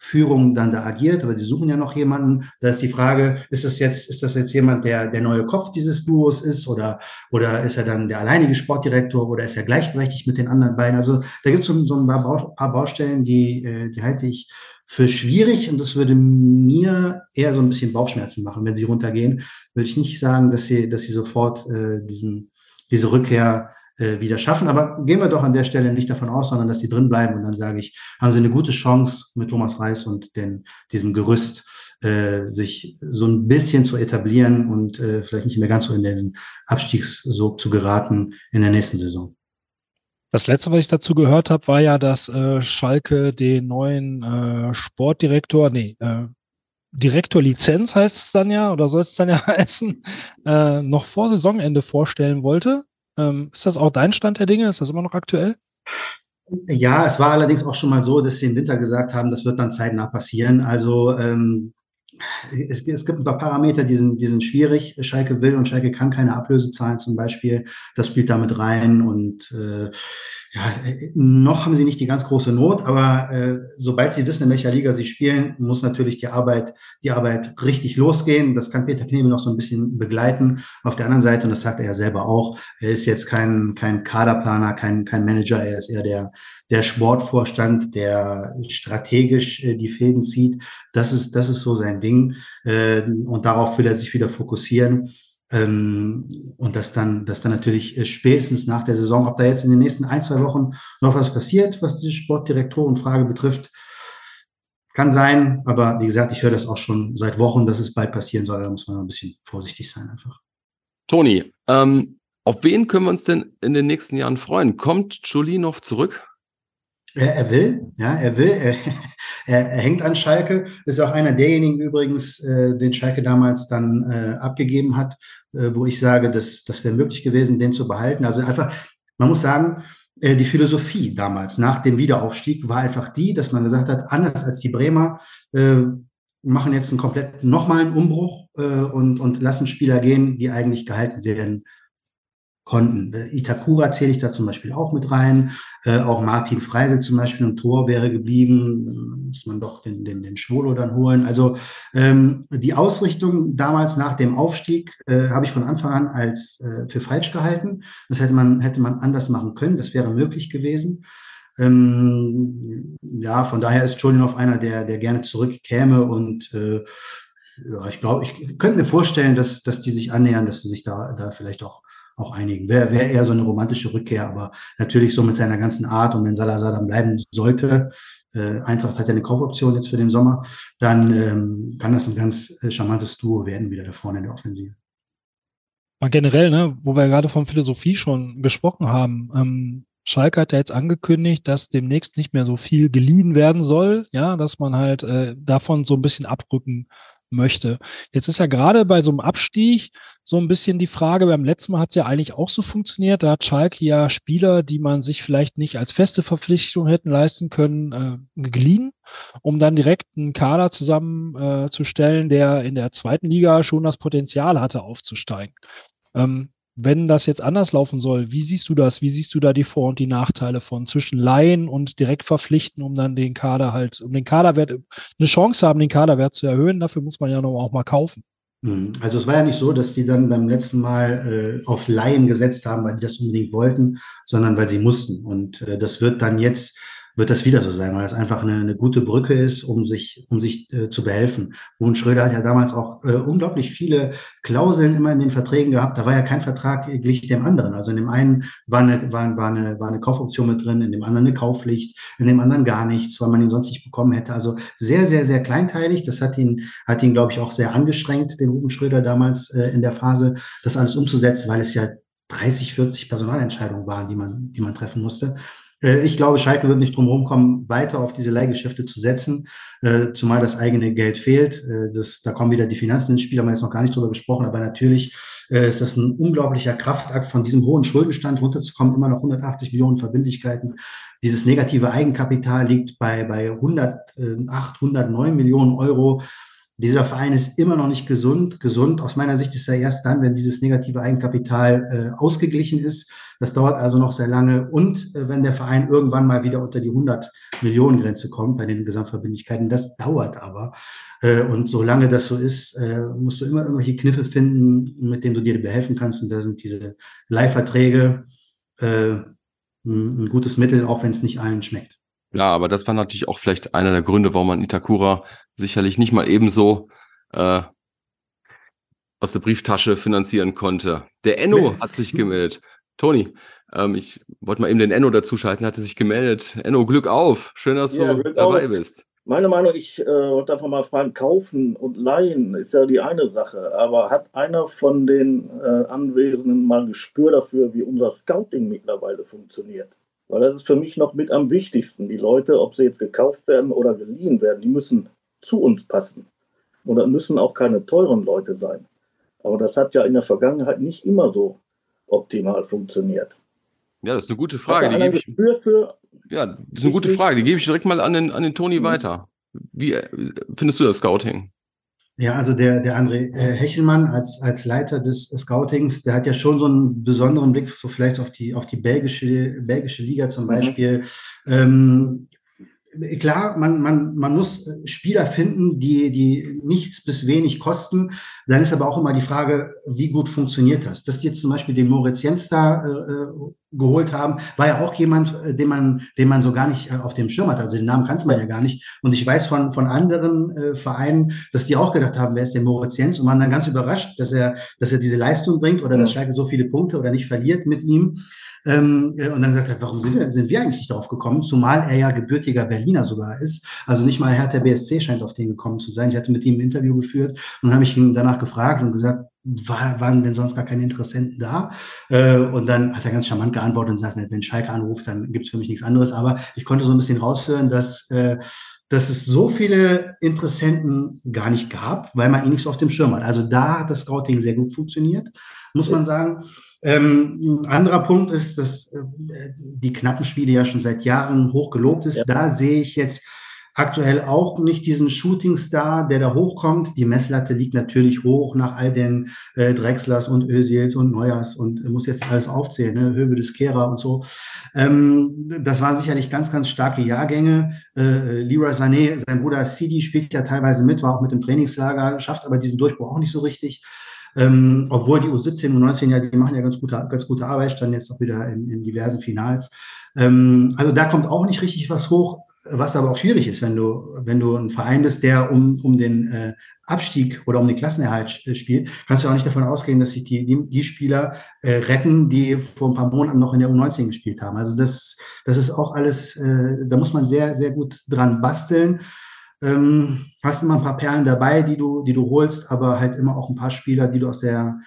Führung dann da agiert, aber die suchen ja noch jemanden. Da ist die Frage, ist das jetzt jemand, der neue Kopf dieses Duos ist oder ist er dann der alleinige Sportdirektor oder ist er gleichberechtigt mit den anderen beiden? Also da gibt es so ein paar Baustellen, die halte ich für schwierig und das würde mir eher so ein bisschen Bauchschmerzen machen, wenn sie runtergehen. Würde ich nicht sagen, dass sie sofort diese Rückkehr wieder schaffen. Aber gehen wir doch an der Stelle nicht davon aus, sondern dass die drin bleiben. Und dann sage ich, haben sie eine gute Chance mit Thomas Reis und diesem Gerüst sich so ein bisschen zu etablieren und vielleicht nicht mehr ganz so in diesen Abstiegssog zu geraten in der nächsten Saison. Das Letzte, was ich dazu gehört habe, war ja, dass Schalke den neuen Sportdirektor, Direktorlizenz heißt es dann ja, oder soll es dann ja heißen, noch vor Saisonende vorstellen wollte. Ist das auch dein Stand der Dinge? Ist das immer noch aktuell? Ja, es war allerdings auch schon mal so, dass sie im Winter gesagt haben, das wird dann zeitnah passieren. Also es gibt ein paar Parameter, die sind schwierig. Schalke will und Schalke kann keine Ablöse zahlen zum Beispiel. Das spielt damit rein und noch haben sie nicht die ganz große Not, aber sobald sie wissen, in welcher Liga sie spielen, muss natürlich die Arbeit richtig losgehen. Das kann Peter Knebel noch so ein bisschen begleiten. Auf der anderen Seite, und das sagt er ja selber auch, er ist jetzt kein Kaderplaner, kein Manager, er ist eher der Sportvorstand, der strategisch die Fäden zieht. Das ist so sein Ding. Und darauf will er sich wieder fokussieren. Und dass dann natürlich spätestens nach der Saison, ob da jetzt in den nächsten 1-2 Wochen noch was passiert, was diese Sportdirektorenfrage betrifft, kann sein. Aber wie gesagt, ich höre das auch schon seit Wochen, dass es bald passieren soll. Da muss man ein bisschen vorsichtig sein einfach. Toni, auf wen können wir uns denn in den nächsten Jahren freuen? Kommt Chulinov zurück? Er will. Er hängt an Schalke. Ist auch einer derjenigen übrigens, den Schalke damals dann abgegeben hat, wo ich sage, das wäre möglich gewesen, den zu behalten. Also einfach, man muss sagen, die Philosophie damals nach dem Wiederaufstieg war einfach die, dass man gesagt hat, anders als die Bremer, machen jetzt nochmal einen Umbruch und lassen Spieler gehen, die eigentlich gehalten werden konnten. Itakura zähle ich da zum Beispiel auch mit rein. Auch Martin Freise zum Beispiel im Tor wäre geblieben. Muss man doch den Schwolo dann holen. Also die Ausrichtung damals nach dem Aufstieg habe ich von Anfang an als für falsch gehalten. Das hätte man anders machen können. Das wäre möglich gewesen. Ja, von daher ist Chulinov einer, der gerne zurückkäme und ich glaube, ich könnte mir vorstellen, dass die sich annähern, dass sie sich da vielleicht auch einigen. Wäre eher so eine romantische Rückkehr, aber natürlich so mit seiner ganzen Art und wenn Salazar dann bleiben sollte, Eintracht hat ja eine Kaufoption jetzt für den Sommer, dann kann das ein ganz charmantes Duo werden wieder da vorne in der Offensive. Mal generell, ne, wo wir gerade von Philosophie schon gesprochen haben, Schalke hat ja jetzt angekündigt, dass demnächst nicht mehr so viel geliehen werden soll, ja, dass man halt davon so ein bisschen abrücken möchte. Jetzt ist ja gerade bei so einem Abstieg so ein bisschen die Frage, beim letzten Mal hat es ja eigentlich auch so funktioniert, da hat Schalke ja Spieler, die man sich vielleicht nicht als feste Verpflichtung hätten leisten können, geliehen, um dann direkt einen Kader zusammenzustellen, der in der zweiten Liga schon das Potenzial hatte, aufzusteigen. Wenn das jetzt anders laufen soll, wie siehst du das? Wie siehst du da die Vor- und die Nachteile von zwischen Leihen und direkt verpflichten, um dann den Kaderwert, eine Chance haben, den Kaderwert zu erhöhen? Dafür muss man ja noch auch mal kaufen. Also es war ja nicht so, dass die dann beim letzten Mal auf Leihen gesetzt haben, weil die das unbedingt wollten, sondern weil sie mussten. Und das wird das wieder so sein, weil es einfach eine gute Brücke ist, um sich zu behelfen. Ruven Schröder hat ja damals auch unglaublich viele Klauseln immer in den Verträgen gehabt. Da war ja kein Vertrag gleich dem anderen. Also in dem einen war eine Kaufoption mit drin, in dem anderen eine Kaufpflicht, in dem anderen gar nichts, weil man ihn sonst nicht bekommen hätte. Also sehr, sehr, sehr kleinteilig. Das hat ihn, glaube ich, auch sehr angestrengt, den Ruven Schröder damals in der Phase, das alles umzusetzen, weil es ja 30, 40 Personalentscheidungen waren, die man treffen musste. Ich glaube, Schalke wird nicht drum herum kommen, weiter auf diese Leihgeschäfte zu setzen, zumal das eigene Geld fehlt. Da kommen wieder die Finanzen ins Spiel, haben wir jetzt noch gar nicht drüber gesprochen, aber natürlich ist das ein unglaublicher Kraftakt, von diesem hohen Schuldenstand runterzukommen, immer noch 180 Millionen Verbindlichkeiten. Dieses negative Eigenkapital liegt bei 108, 109 Millionen Euro. Dieser Verein ist immer noch nicht gesund. Gesund aus meiner Sicht ist er erst dann, wenn dieses negative Eigenkapital ausgeglichen ist, Das dauert also noch sehr lange. Und wenn der Verein irgendwann mal wieder unter die 100-Millionen-Grenze kommt bei den Gesamtverbindlichkeiten, das dauert aber. Und solange das so ist, musst du immer irgendwelche Kniffe finden, mit denen du dir behelfen kannst. Und da sind diese Leihverträge ein gutes Mittel, auch wenn es nicht allen schmeckt. Ja, aber das war natürlich auch vielleicht einer der Gründe, warum man Itakura sicherlich nicht mal ebenso aus der Brieftasche finanzieren konnte. Der Enno hat sich gemeldet. Toni, ich wollte mal eben den Enno dazuschalten, hatte sich gemeldet. Enno, Glück auf. Schön, dass du dabei bist. Meine Meinung, ich wollte einfach mal fragen, kaufen und leihen ist ja die eine Sache, aber hat einer von den Anwesenden mal ein Gespür dafür, wie unser Scouting mittlerweile funktioniert? Weil das ist für mich noch mit am wichtigsten. Die Leute, ob sie jetzt gekauft werden oder geliehen werden, die müssen zu uns passen. Oder müssen auch keine teuren Leute sein. Aber das hat ja in der Vergangenheit nicht immer so optimal funktioniert. Ja, das ist eine gute Frage. Das ist eine gute Frage. Die gebe ich direkt mal an den Toni weiter. Wie findest du das Scouting? Ja, also der André Hechelmann als Leiter des Scoutings, der hat ja schon so einen besonderen Blick, so vielleicht auf die belgische Liga zum Beispiel. Klar, man muss Spieler finden, die nichts bis wenig kosten. Dann ist aber auch immer die Frage, wie gut funktioniert das? Dass die jetzt zum Beispiel den Moritz Jens da geholt haben, war ja auch jemand, den man so gar nicht auf dem Schirm hatte. Also den Namen kannte man ja gar nicht. Und ich weiß von anderen Vereinen, dass die auch gedacht haben, wer ist der Moritz Jens? Und man dann ganz überrascht, dass er diese Leistung bringt oder dass Schalke so viele Punkte oder nicht verliert mit ihm. Und dann gesagt hat, warum sind wir eigentlich nicht drauf gekommen? Zumal er ja gebürtiger Berliner sogar ist. Also nicht mal Hertha BSC scheint auf den gekommen zu sein. Ich hatte mit ihm ein Interview geführt und habe ich ihn danach gefragt und gesagt, waren denn sonst gar keine Interessenten da? Und dann hat er ganz charmant geantwortet und gesagt, wenn Schalke anruft, dann gibt's für mich nichts anderes. Aber ich konnte so ein bisschen raushören, dass es so viele Interessenten gar nicht gab, weil man ihn nicht so auf dem Schirm hat. Also da hat das Scouting sehr gut funktioniert, muss man sagen. Ein anderer Punkt ist, dass die Knappenspiele ja schon seit Jahren hoch gelobt ist. Ja. Da sehe ich jetzt aktuell auch nicht diesen Shootingstar, der da hochkommt. Die Messlatte liegt natürlich hoch nach all den Drexlers und Özils und Neuers und muss jetzt alles aufzählen, ne? Hövedes, Kehrer und so. Das waren sicherlich ganz, ganz starke Jahrgänge. Leroy Sané, sein Bruder Sidi, spielt ja teilweise mit, war auch mit im Trainingslager, schafft aber diesen Durchbruch auch nicht so richtig. Obwohl die U17 und U19 ja, die machen ja ganz gute Arbeit, standen jetzt auch wieder in diversen Finals. Also da kommt auch nicht richtig was hoch, was aber auch schwierig ist, wenn du ein Verein bist, der um den Abstieg oder um den Klassenerhalt spielt, kannst du auch nicht davon ausgehen, dass sich die Spieler retten, die vor ein paar Monaten noch in der U19 gespielt haben. Also das ist auch alles, da muss man sehr, sehr gut dran basteln. Hast immer ein paar Perlen dabei, die du holst, aber halt immer auch ein paar Spieler, die du aus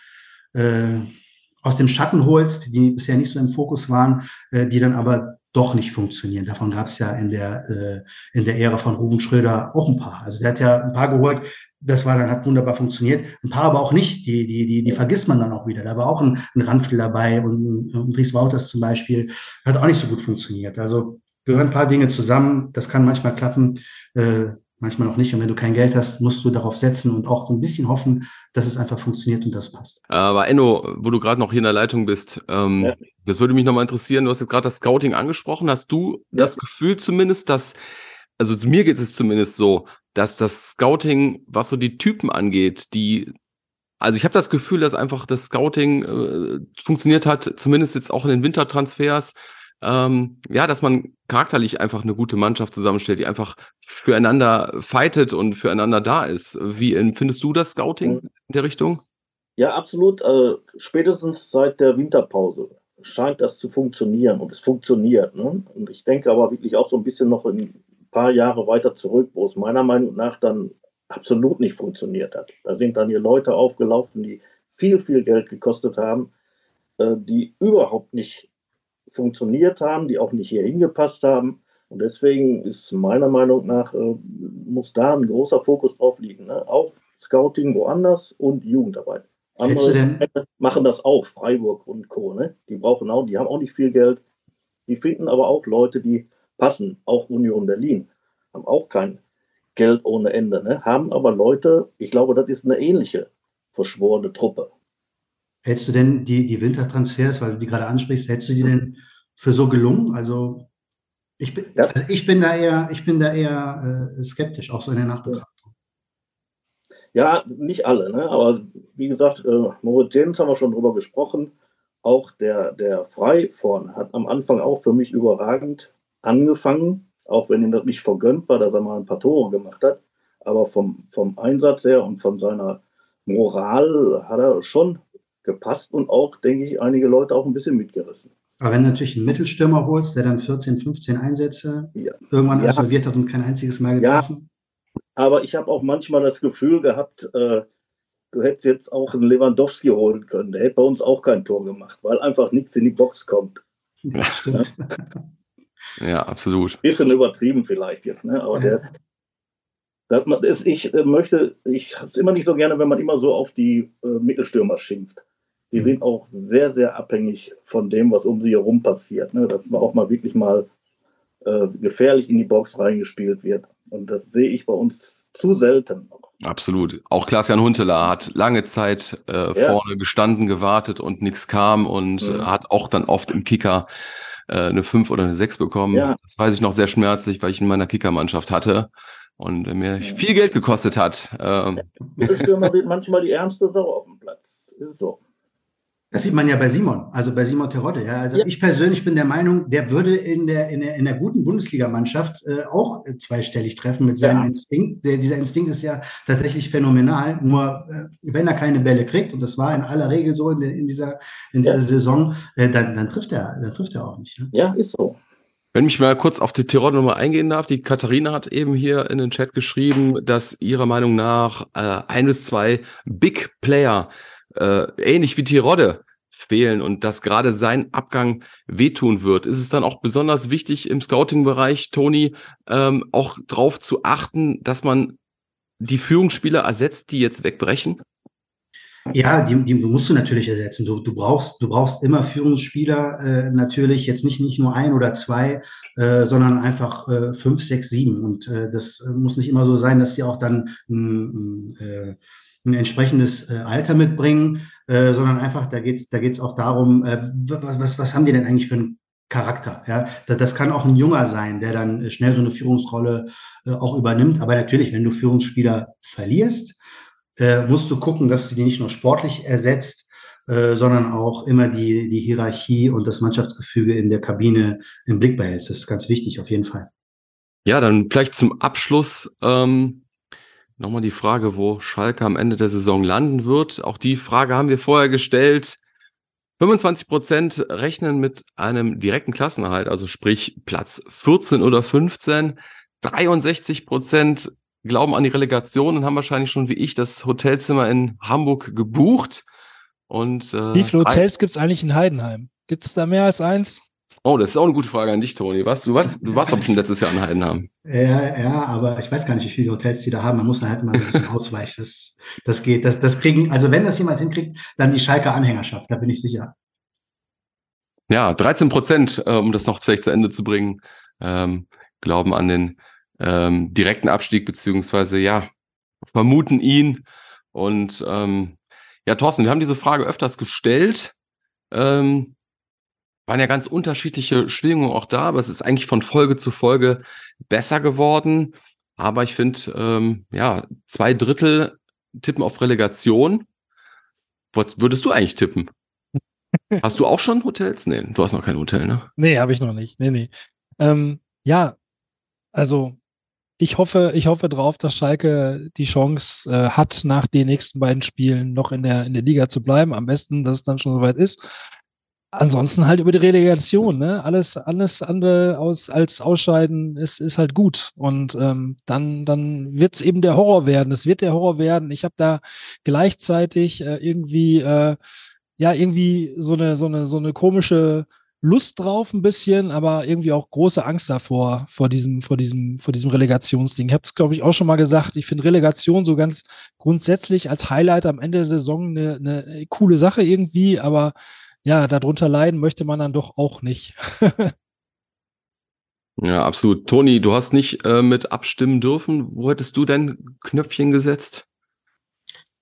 dem Schatten holst, die bisher nicht so im Fokus waren, die dann aber doch nicht funktionieren. Davon gab es ja in der Ära von Ruven Schröder auch ein paar. Also der hat ja ein paar geholt, hat wunderbar funktioniert. Ein paar aber auch nicht, die vergisst man dann auch wieder. Da war auch ein Ranftl dabei und ein Dries Wouters zum Beispiel, hat auch nicht so gut funktioniert. Also gehören ein paar Dinge zusammen, das kann manchmal klappen, manchmal auch nicht. Und wenn du kein Geld hast, musst du darauf setzen und auch so ein bisschen hoffen, dass es einfach funktioniert und das passt. Aber Enno, wo du gerade noch hier in der Leitung bist, das würde mich nochmal interessieren. Du hast jetzt gerade das Scouting angesprochen. Hast du das Gefühl zumindest, also zu mir geht es zumindest so, dass das Scouting, was so die Typen angeht, also ich habe das Gefühl, dass einfach das Scouting funktioniert hat, zumindest jetzt auch in den Wintertransfers, dass man charakterlich einfach eine gute Mannschaft zusammenstellt, die einfach füreinander fightet und füreinander da ist. Wie empfindest du das Scouting in der Richtung? Ja, absolut. Spätestens seit der Winterpause scheint das zu funktionieren und es funktioniert. Ne? Und ich denke aber wirklich auch so ein bisschen noch ein paar Jahre weiter zurück, wo es meiner Meinung nach dann absolut nicht funktioniert hat. Da sind dann hier Leute aufgelaufen, die viel, viel Geld gekostet haben, die überhaupt nicht funktioniert haben, die auch nicht hier hingepasst haben. Und deswegen ist meiner Meinung nach, muss da ein großer Fokus drauf liegen. Ne? Auch Scouting woanders und Jugendarbeit. Andere machen das auch, Freiburg und Co. Ne? Die haben auch nicht viel Geld. Die finden aber auch Leute, die passen. Auch Union Berlin haben auch kein Geld ohne Ende. Ne? Haben aber Leute, ich glaube, das ist eine ähnliche verschworene Truppe. Hältst du denn die Wintertransfers, weil du die gerade ansprichst, hältst du die denn für so gelungen? Also Ja, ich bin da eher skeptisch, auch so in der Nachbetrachtung. ja, nicht alle, ne? Aber wie gesagt, Moritz Jens haben wir schon drüber gesprochen. Auch der Frei vorne hat am Anfang auch für mich überragend angefangen, auch wenn ihm das nicht vergönnt war, dass er mal ein paar Tore gemacht hat. Aber vom Einsatz her und von seiner Moral hat er schon gepasst und auch, denke ich, einige Leute auch ein bisschen mitgerissen. Aber wenn du natürlich einen Mittelstürmer holst, der dann 14, 15 Einsätze Ja, irgendwann ja, absolviert hat und kein einziges Mal ja, getroffen. aber ich habe auch manchmal das Gefühl gehabt, du hättest jetzt auch einen Lewandowski holen können. Der hätte bei uns auch kein Tor gemacht, weil einfach nichts in die Box kommt. Ja, stimmt. Ja, absolut. Bisschen übertrieben vielleicht jetzt, ne? Aber Ja. ich habe es immer nicht so gerne, wenn man immer so auf die Mittelstürmer schimpft. Die sind auch sehr, sehr abhängig von dem, was um sie herum passiert. Ne? Dass man auch mal wirklich mal gefährlich in die Box reingespielt wird. Und das sehe ich bei uns zu selten. Absolut. Auch Klaas-Jan Huntelaar hat lange Zeit vorne gestanden, gewartet und nichts kam und hat auch dann oft im Kicker eine 5 oder eine 6 bekommen. Ja. Das weiß ich noch sehr schmerzlich, weil ich in meiner Kickermannschaft hatte und mir viel Geld gekostet hat. Mittelstürmer sind manchmal die ärmste Sau auf dem Platz. Ist so. Das sieht man ja bei Simon, also bei Simon Terodde. Ja. Also ich persönlich bin der Meinung, der würde in der guten Bundesligamannschaft auch zweistellig treffen mit seinem Instinkt. Dieser Instinkt ist ja tatsächlich phänomenal. Nur wenn er keine Bälle kriegt, und das war in aller Regel so in dieser Saison, dann trifft er auch nicht. Ne? Ja, ist so. Wenn ich mal kurz auf die Terodde nochmal eingehen darf, die Katharina hat eben hier in den Chat geschrieben, dass ihrer Meinung nach 1 bis 2 Big Player ähnlich wie Terodde fehlen und dass gerade sein Abgang wehtun wird. Ist es dann auch besonders wichtig im Scouting-Bereich, Toni, auch darauf zu achten, dass man die Führungsspieler ersetzt, die jetzt wegbrechen? Ja, die musst du natürlich ersetzen. Du brauchst immer Führungsspieler, natürlich jetzt nicht nur 1 oder 2, sondern einfach 5, 6, 7. Und das muss nicht immer so sein, dass sie auch dann ein entsprechendes Alter mitbringen, sondern einfach, da geht's auch darum, was haben die denn eigentlich für einen Charakter? Ja, das kann auch ein Junger sein, der dann schnell so eine Führungsrolle auch übernimmt. Aber natürlich, wenn du Führungsspieler verlierst, musst du gucken, dass du die nicht nur sportlich ersetzt, sondern auch immer die Hierarchie und das Mannschaftsgefüge in der Kabine im Blick behältst. Das ist ganz wichtig, auf jeden Fall. Ja, dann vielleicht zum Abschluss nochmal die Frage, wo Schalke am Ende der Saison landen wird. Auch die Frage haben wir vorher gestellt. 25% rechnen mit einem direkten Klassenerhalt, also sprich Platz 14 oder 15. 63% glauben an die Relegation und haben wahrscheinlich schon wie ich das Hotelzimmer in Hamburg gebucht. Und wie viele Hotels gibt es eigentlich in Heidenheim? Gibt es da mehr als eins? Oh, das ist auch eine gute Frage an dich, Toni. Du warst doch schon letztes Jahr in Heidenheim. Ja, aber ich weiß gar nicht, wie viele Hotels die da haben. Man muss da halt mal so ein bisschen ausweichen. Das geht. Das kriegen, also wenn das jemand hinkriegt, dann die Schalker Anhängerschaft, da bin ich sicher. Ja, 13%, um das noch vielleicht zu Ende zu bringen, glauben an den direkten Abstieg, beziehungsweise vermuten ihn. Und Thorsten, wir haben diese Frage öfters gestellt. Waren ja ganz unterschiedliche Schwingungen auch da, aber es ist eigentlich von Folge zu Folge besser geworden. Aber ich finde, 2/3 tippen auf Relegation. Was würdest du eigentlich tippen? Hast du auch schon Hotels? Nee, du hast noch kein Hotel, ne? Nee, habe ich noch nicht. Nee. Also ich hoffe drauf, dass Schalke die Chance hat, nach den nächsten beiden Spielen noch in der Liga zu bleiben. Am besten, dass es dann schon soweit ist. Ansonsten halt über die Relegation, ne? Alles andere als Ausscheiden ist halt gut. Und dann wird es eben der Horror werden. Es wird der Horror werden. Ich habe da gleichzeitig irgendwie so eine komische Lust drauf ein bisschen, aber irgendwie auch große Angst davor, vor diesem Relegationsding. Ich habe es, glaube ich, auch schon mal gesagt, ich finde Relegation so ganz grundsätzlich als Highlight am Ende der Saison eine coole Sache irgendwie, aber ja, darunter leiden möchte man dann doch auch nicht. Ja, absolut. Toni, du hast nicht mit abstimmen dürfen. Wo hättest du dein Knöpfchen gesetzt?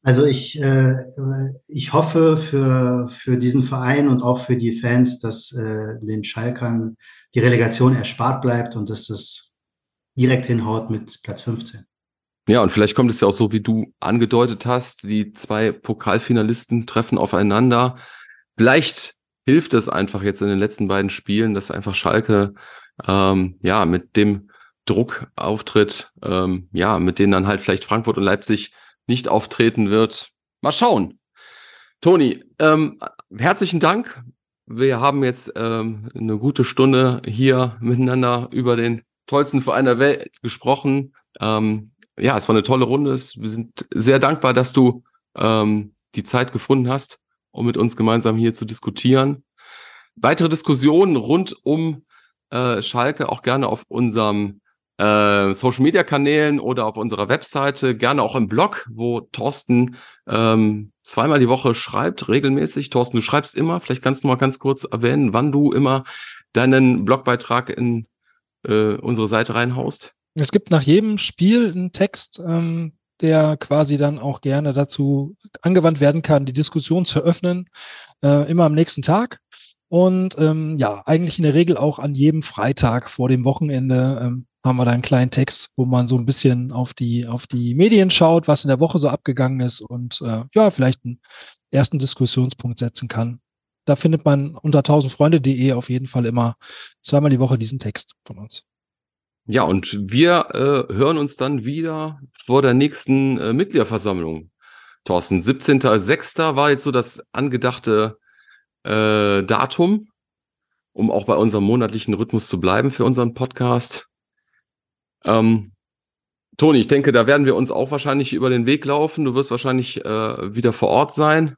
Also ich hoffe für diesen Verein und auch für die Fans, dass den Schalkern die Relegation erspart bleibt und dass das direkt hinhaut mit Platz 15. Ja, und vielleicht kommt es ja auch so, wie du angedeutet hast, die 2 Pokalfinalisten treffen aufeinander. Vielleicht hilft es einfach jetzt in den letzten beiden Spielen, dass einfach Schalke mit dem Druck auftritt, mit denen dann halt vielleicht Frankfurt und Leipzig nicht auftreten wird. Mal schauen. Toni, herzlichen Dank. Wir haben jetzt eine gute Stunde hier miteinander über den tollsten Verein der Welt gesprochen. Es war eine tolle Runde. Wir sind sehr dankbar, dass du die Zeit gefunden hast, um mit uns gemeinsam hier zu diskutieren. Weitere Diskussionen rund um Schalke auch gerne auf unserem Social-Media-Kanälen oder auf unserer Webseite, gerne auch im Blog, wo Thorsten zweimal die Woche schreibt, regelmäßig. Thorsten, du schreibst immer, vielleicht kannst du mal ganz kurz erwähnen, wann du immer deinen Blogbeitrag in unsere Seite reinhaust. Es gibt nach jedem Spiel einen Text, der quasi dann auch gerne dazu angewandt werden kann, die Diskussion zu öffnen, immer am nächsten Tag. Und eigentlich in der Regel auch an jedem Freitag vor dem Wochenende haben wir da einen kleinen Text, wo man so ein bisschen auf die Medien schaut, was in der Woche so abgegangen ist und vielleicht einen ersten Diskussionspunkt setzen kann. Da findet man unter 1000freunde.de auf jeden Fall immer zweimal die Woche diesen Text von uns. Ja, und wir hören uns dann wieder vor der nächsten Mitgliederversammlung. Thorsten, 17.06. war jetzt so das angedachte Datum, um auch bei unserem monatlichen Rhythmus zu bleiben für unseren Podcast. Toni, ich denke, da werden wir uns auch wahrscheinlich über den Weg laufen. Du wirst wahrscheinlich wieder vor Ort sein.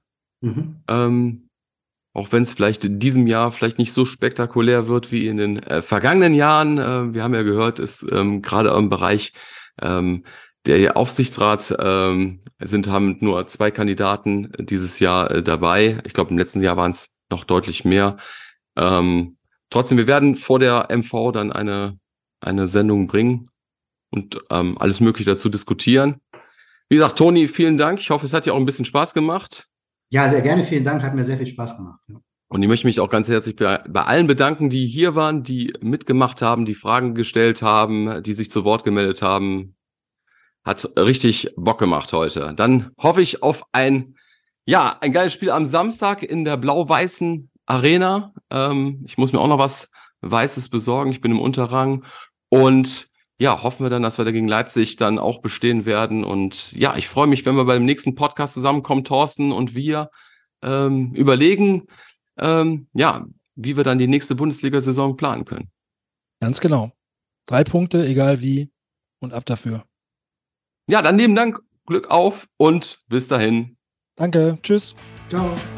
Auch wenn es vielleicht in diesem Jahr vielleicht nicht so spektakulär wird wie in den vergangenen Jahren. Wir haben ja gehört, es gerade im Bereich der Aufsichtsrat haben nur 2 Kandidaten dieses Jahr dabei. Ich glaube, im letzten Jahr waren es noch deutlich mehr. Trotzdem, wir werden vor der MV dann eine Sendung bringen und alles Mögliche dazu diskutieren. Wie gesagt, Toni, vielen Dank. Ich hoffe, es hat dir auch ein bisschen Spaß gemacht. Ja, sehr gerne. Vielen Dank. Hat mir sehr viel Spaß gemacht. Ja. Und ich möchte mich auch ganz herzlich bei allen bedanken, die hier waren, die mitgemacht haben, die Fragen gestellt haben, die sich zu Wort gemeldet haben. Hat richtig Bock gemacht heute. Dann hoffe ich auf ein geiles Spiel am Samstag in der blau-weißen Arena. Ich muss mir auch noch was Weißes besorgen. Ich bin im Unterrang. Und hoffen wir dann, dass wir da gegen Leipzig dann auch bestehen werden. Und ich freue mich, wenn wir beim nächsten Podcast zusammenkommen, Thorsten und wir überlegen, wie wir dann die nächste Bundesliga-Saison planen können. Ganz genau. 3 Punkte, egal wie, und ab dafür. Ja, dann lieben Dank, Glück auf und bis dahin. Danke, tschüss. Ciao.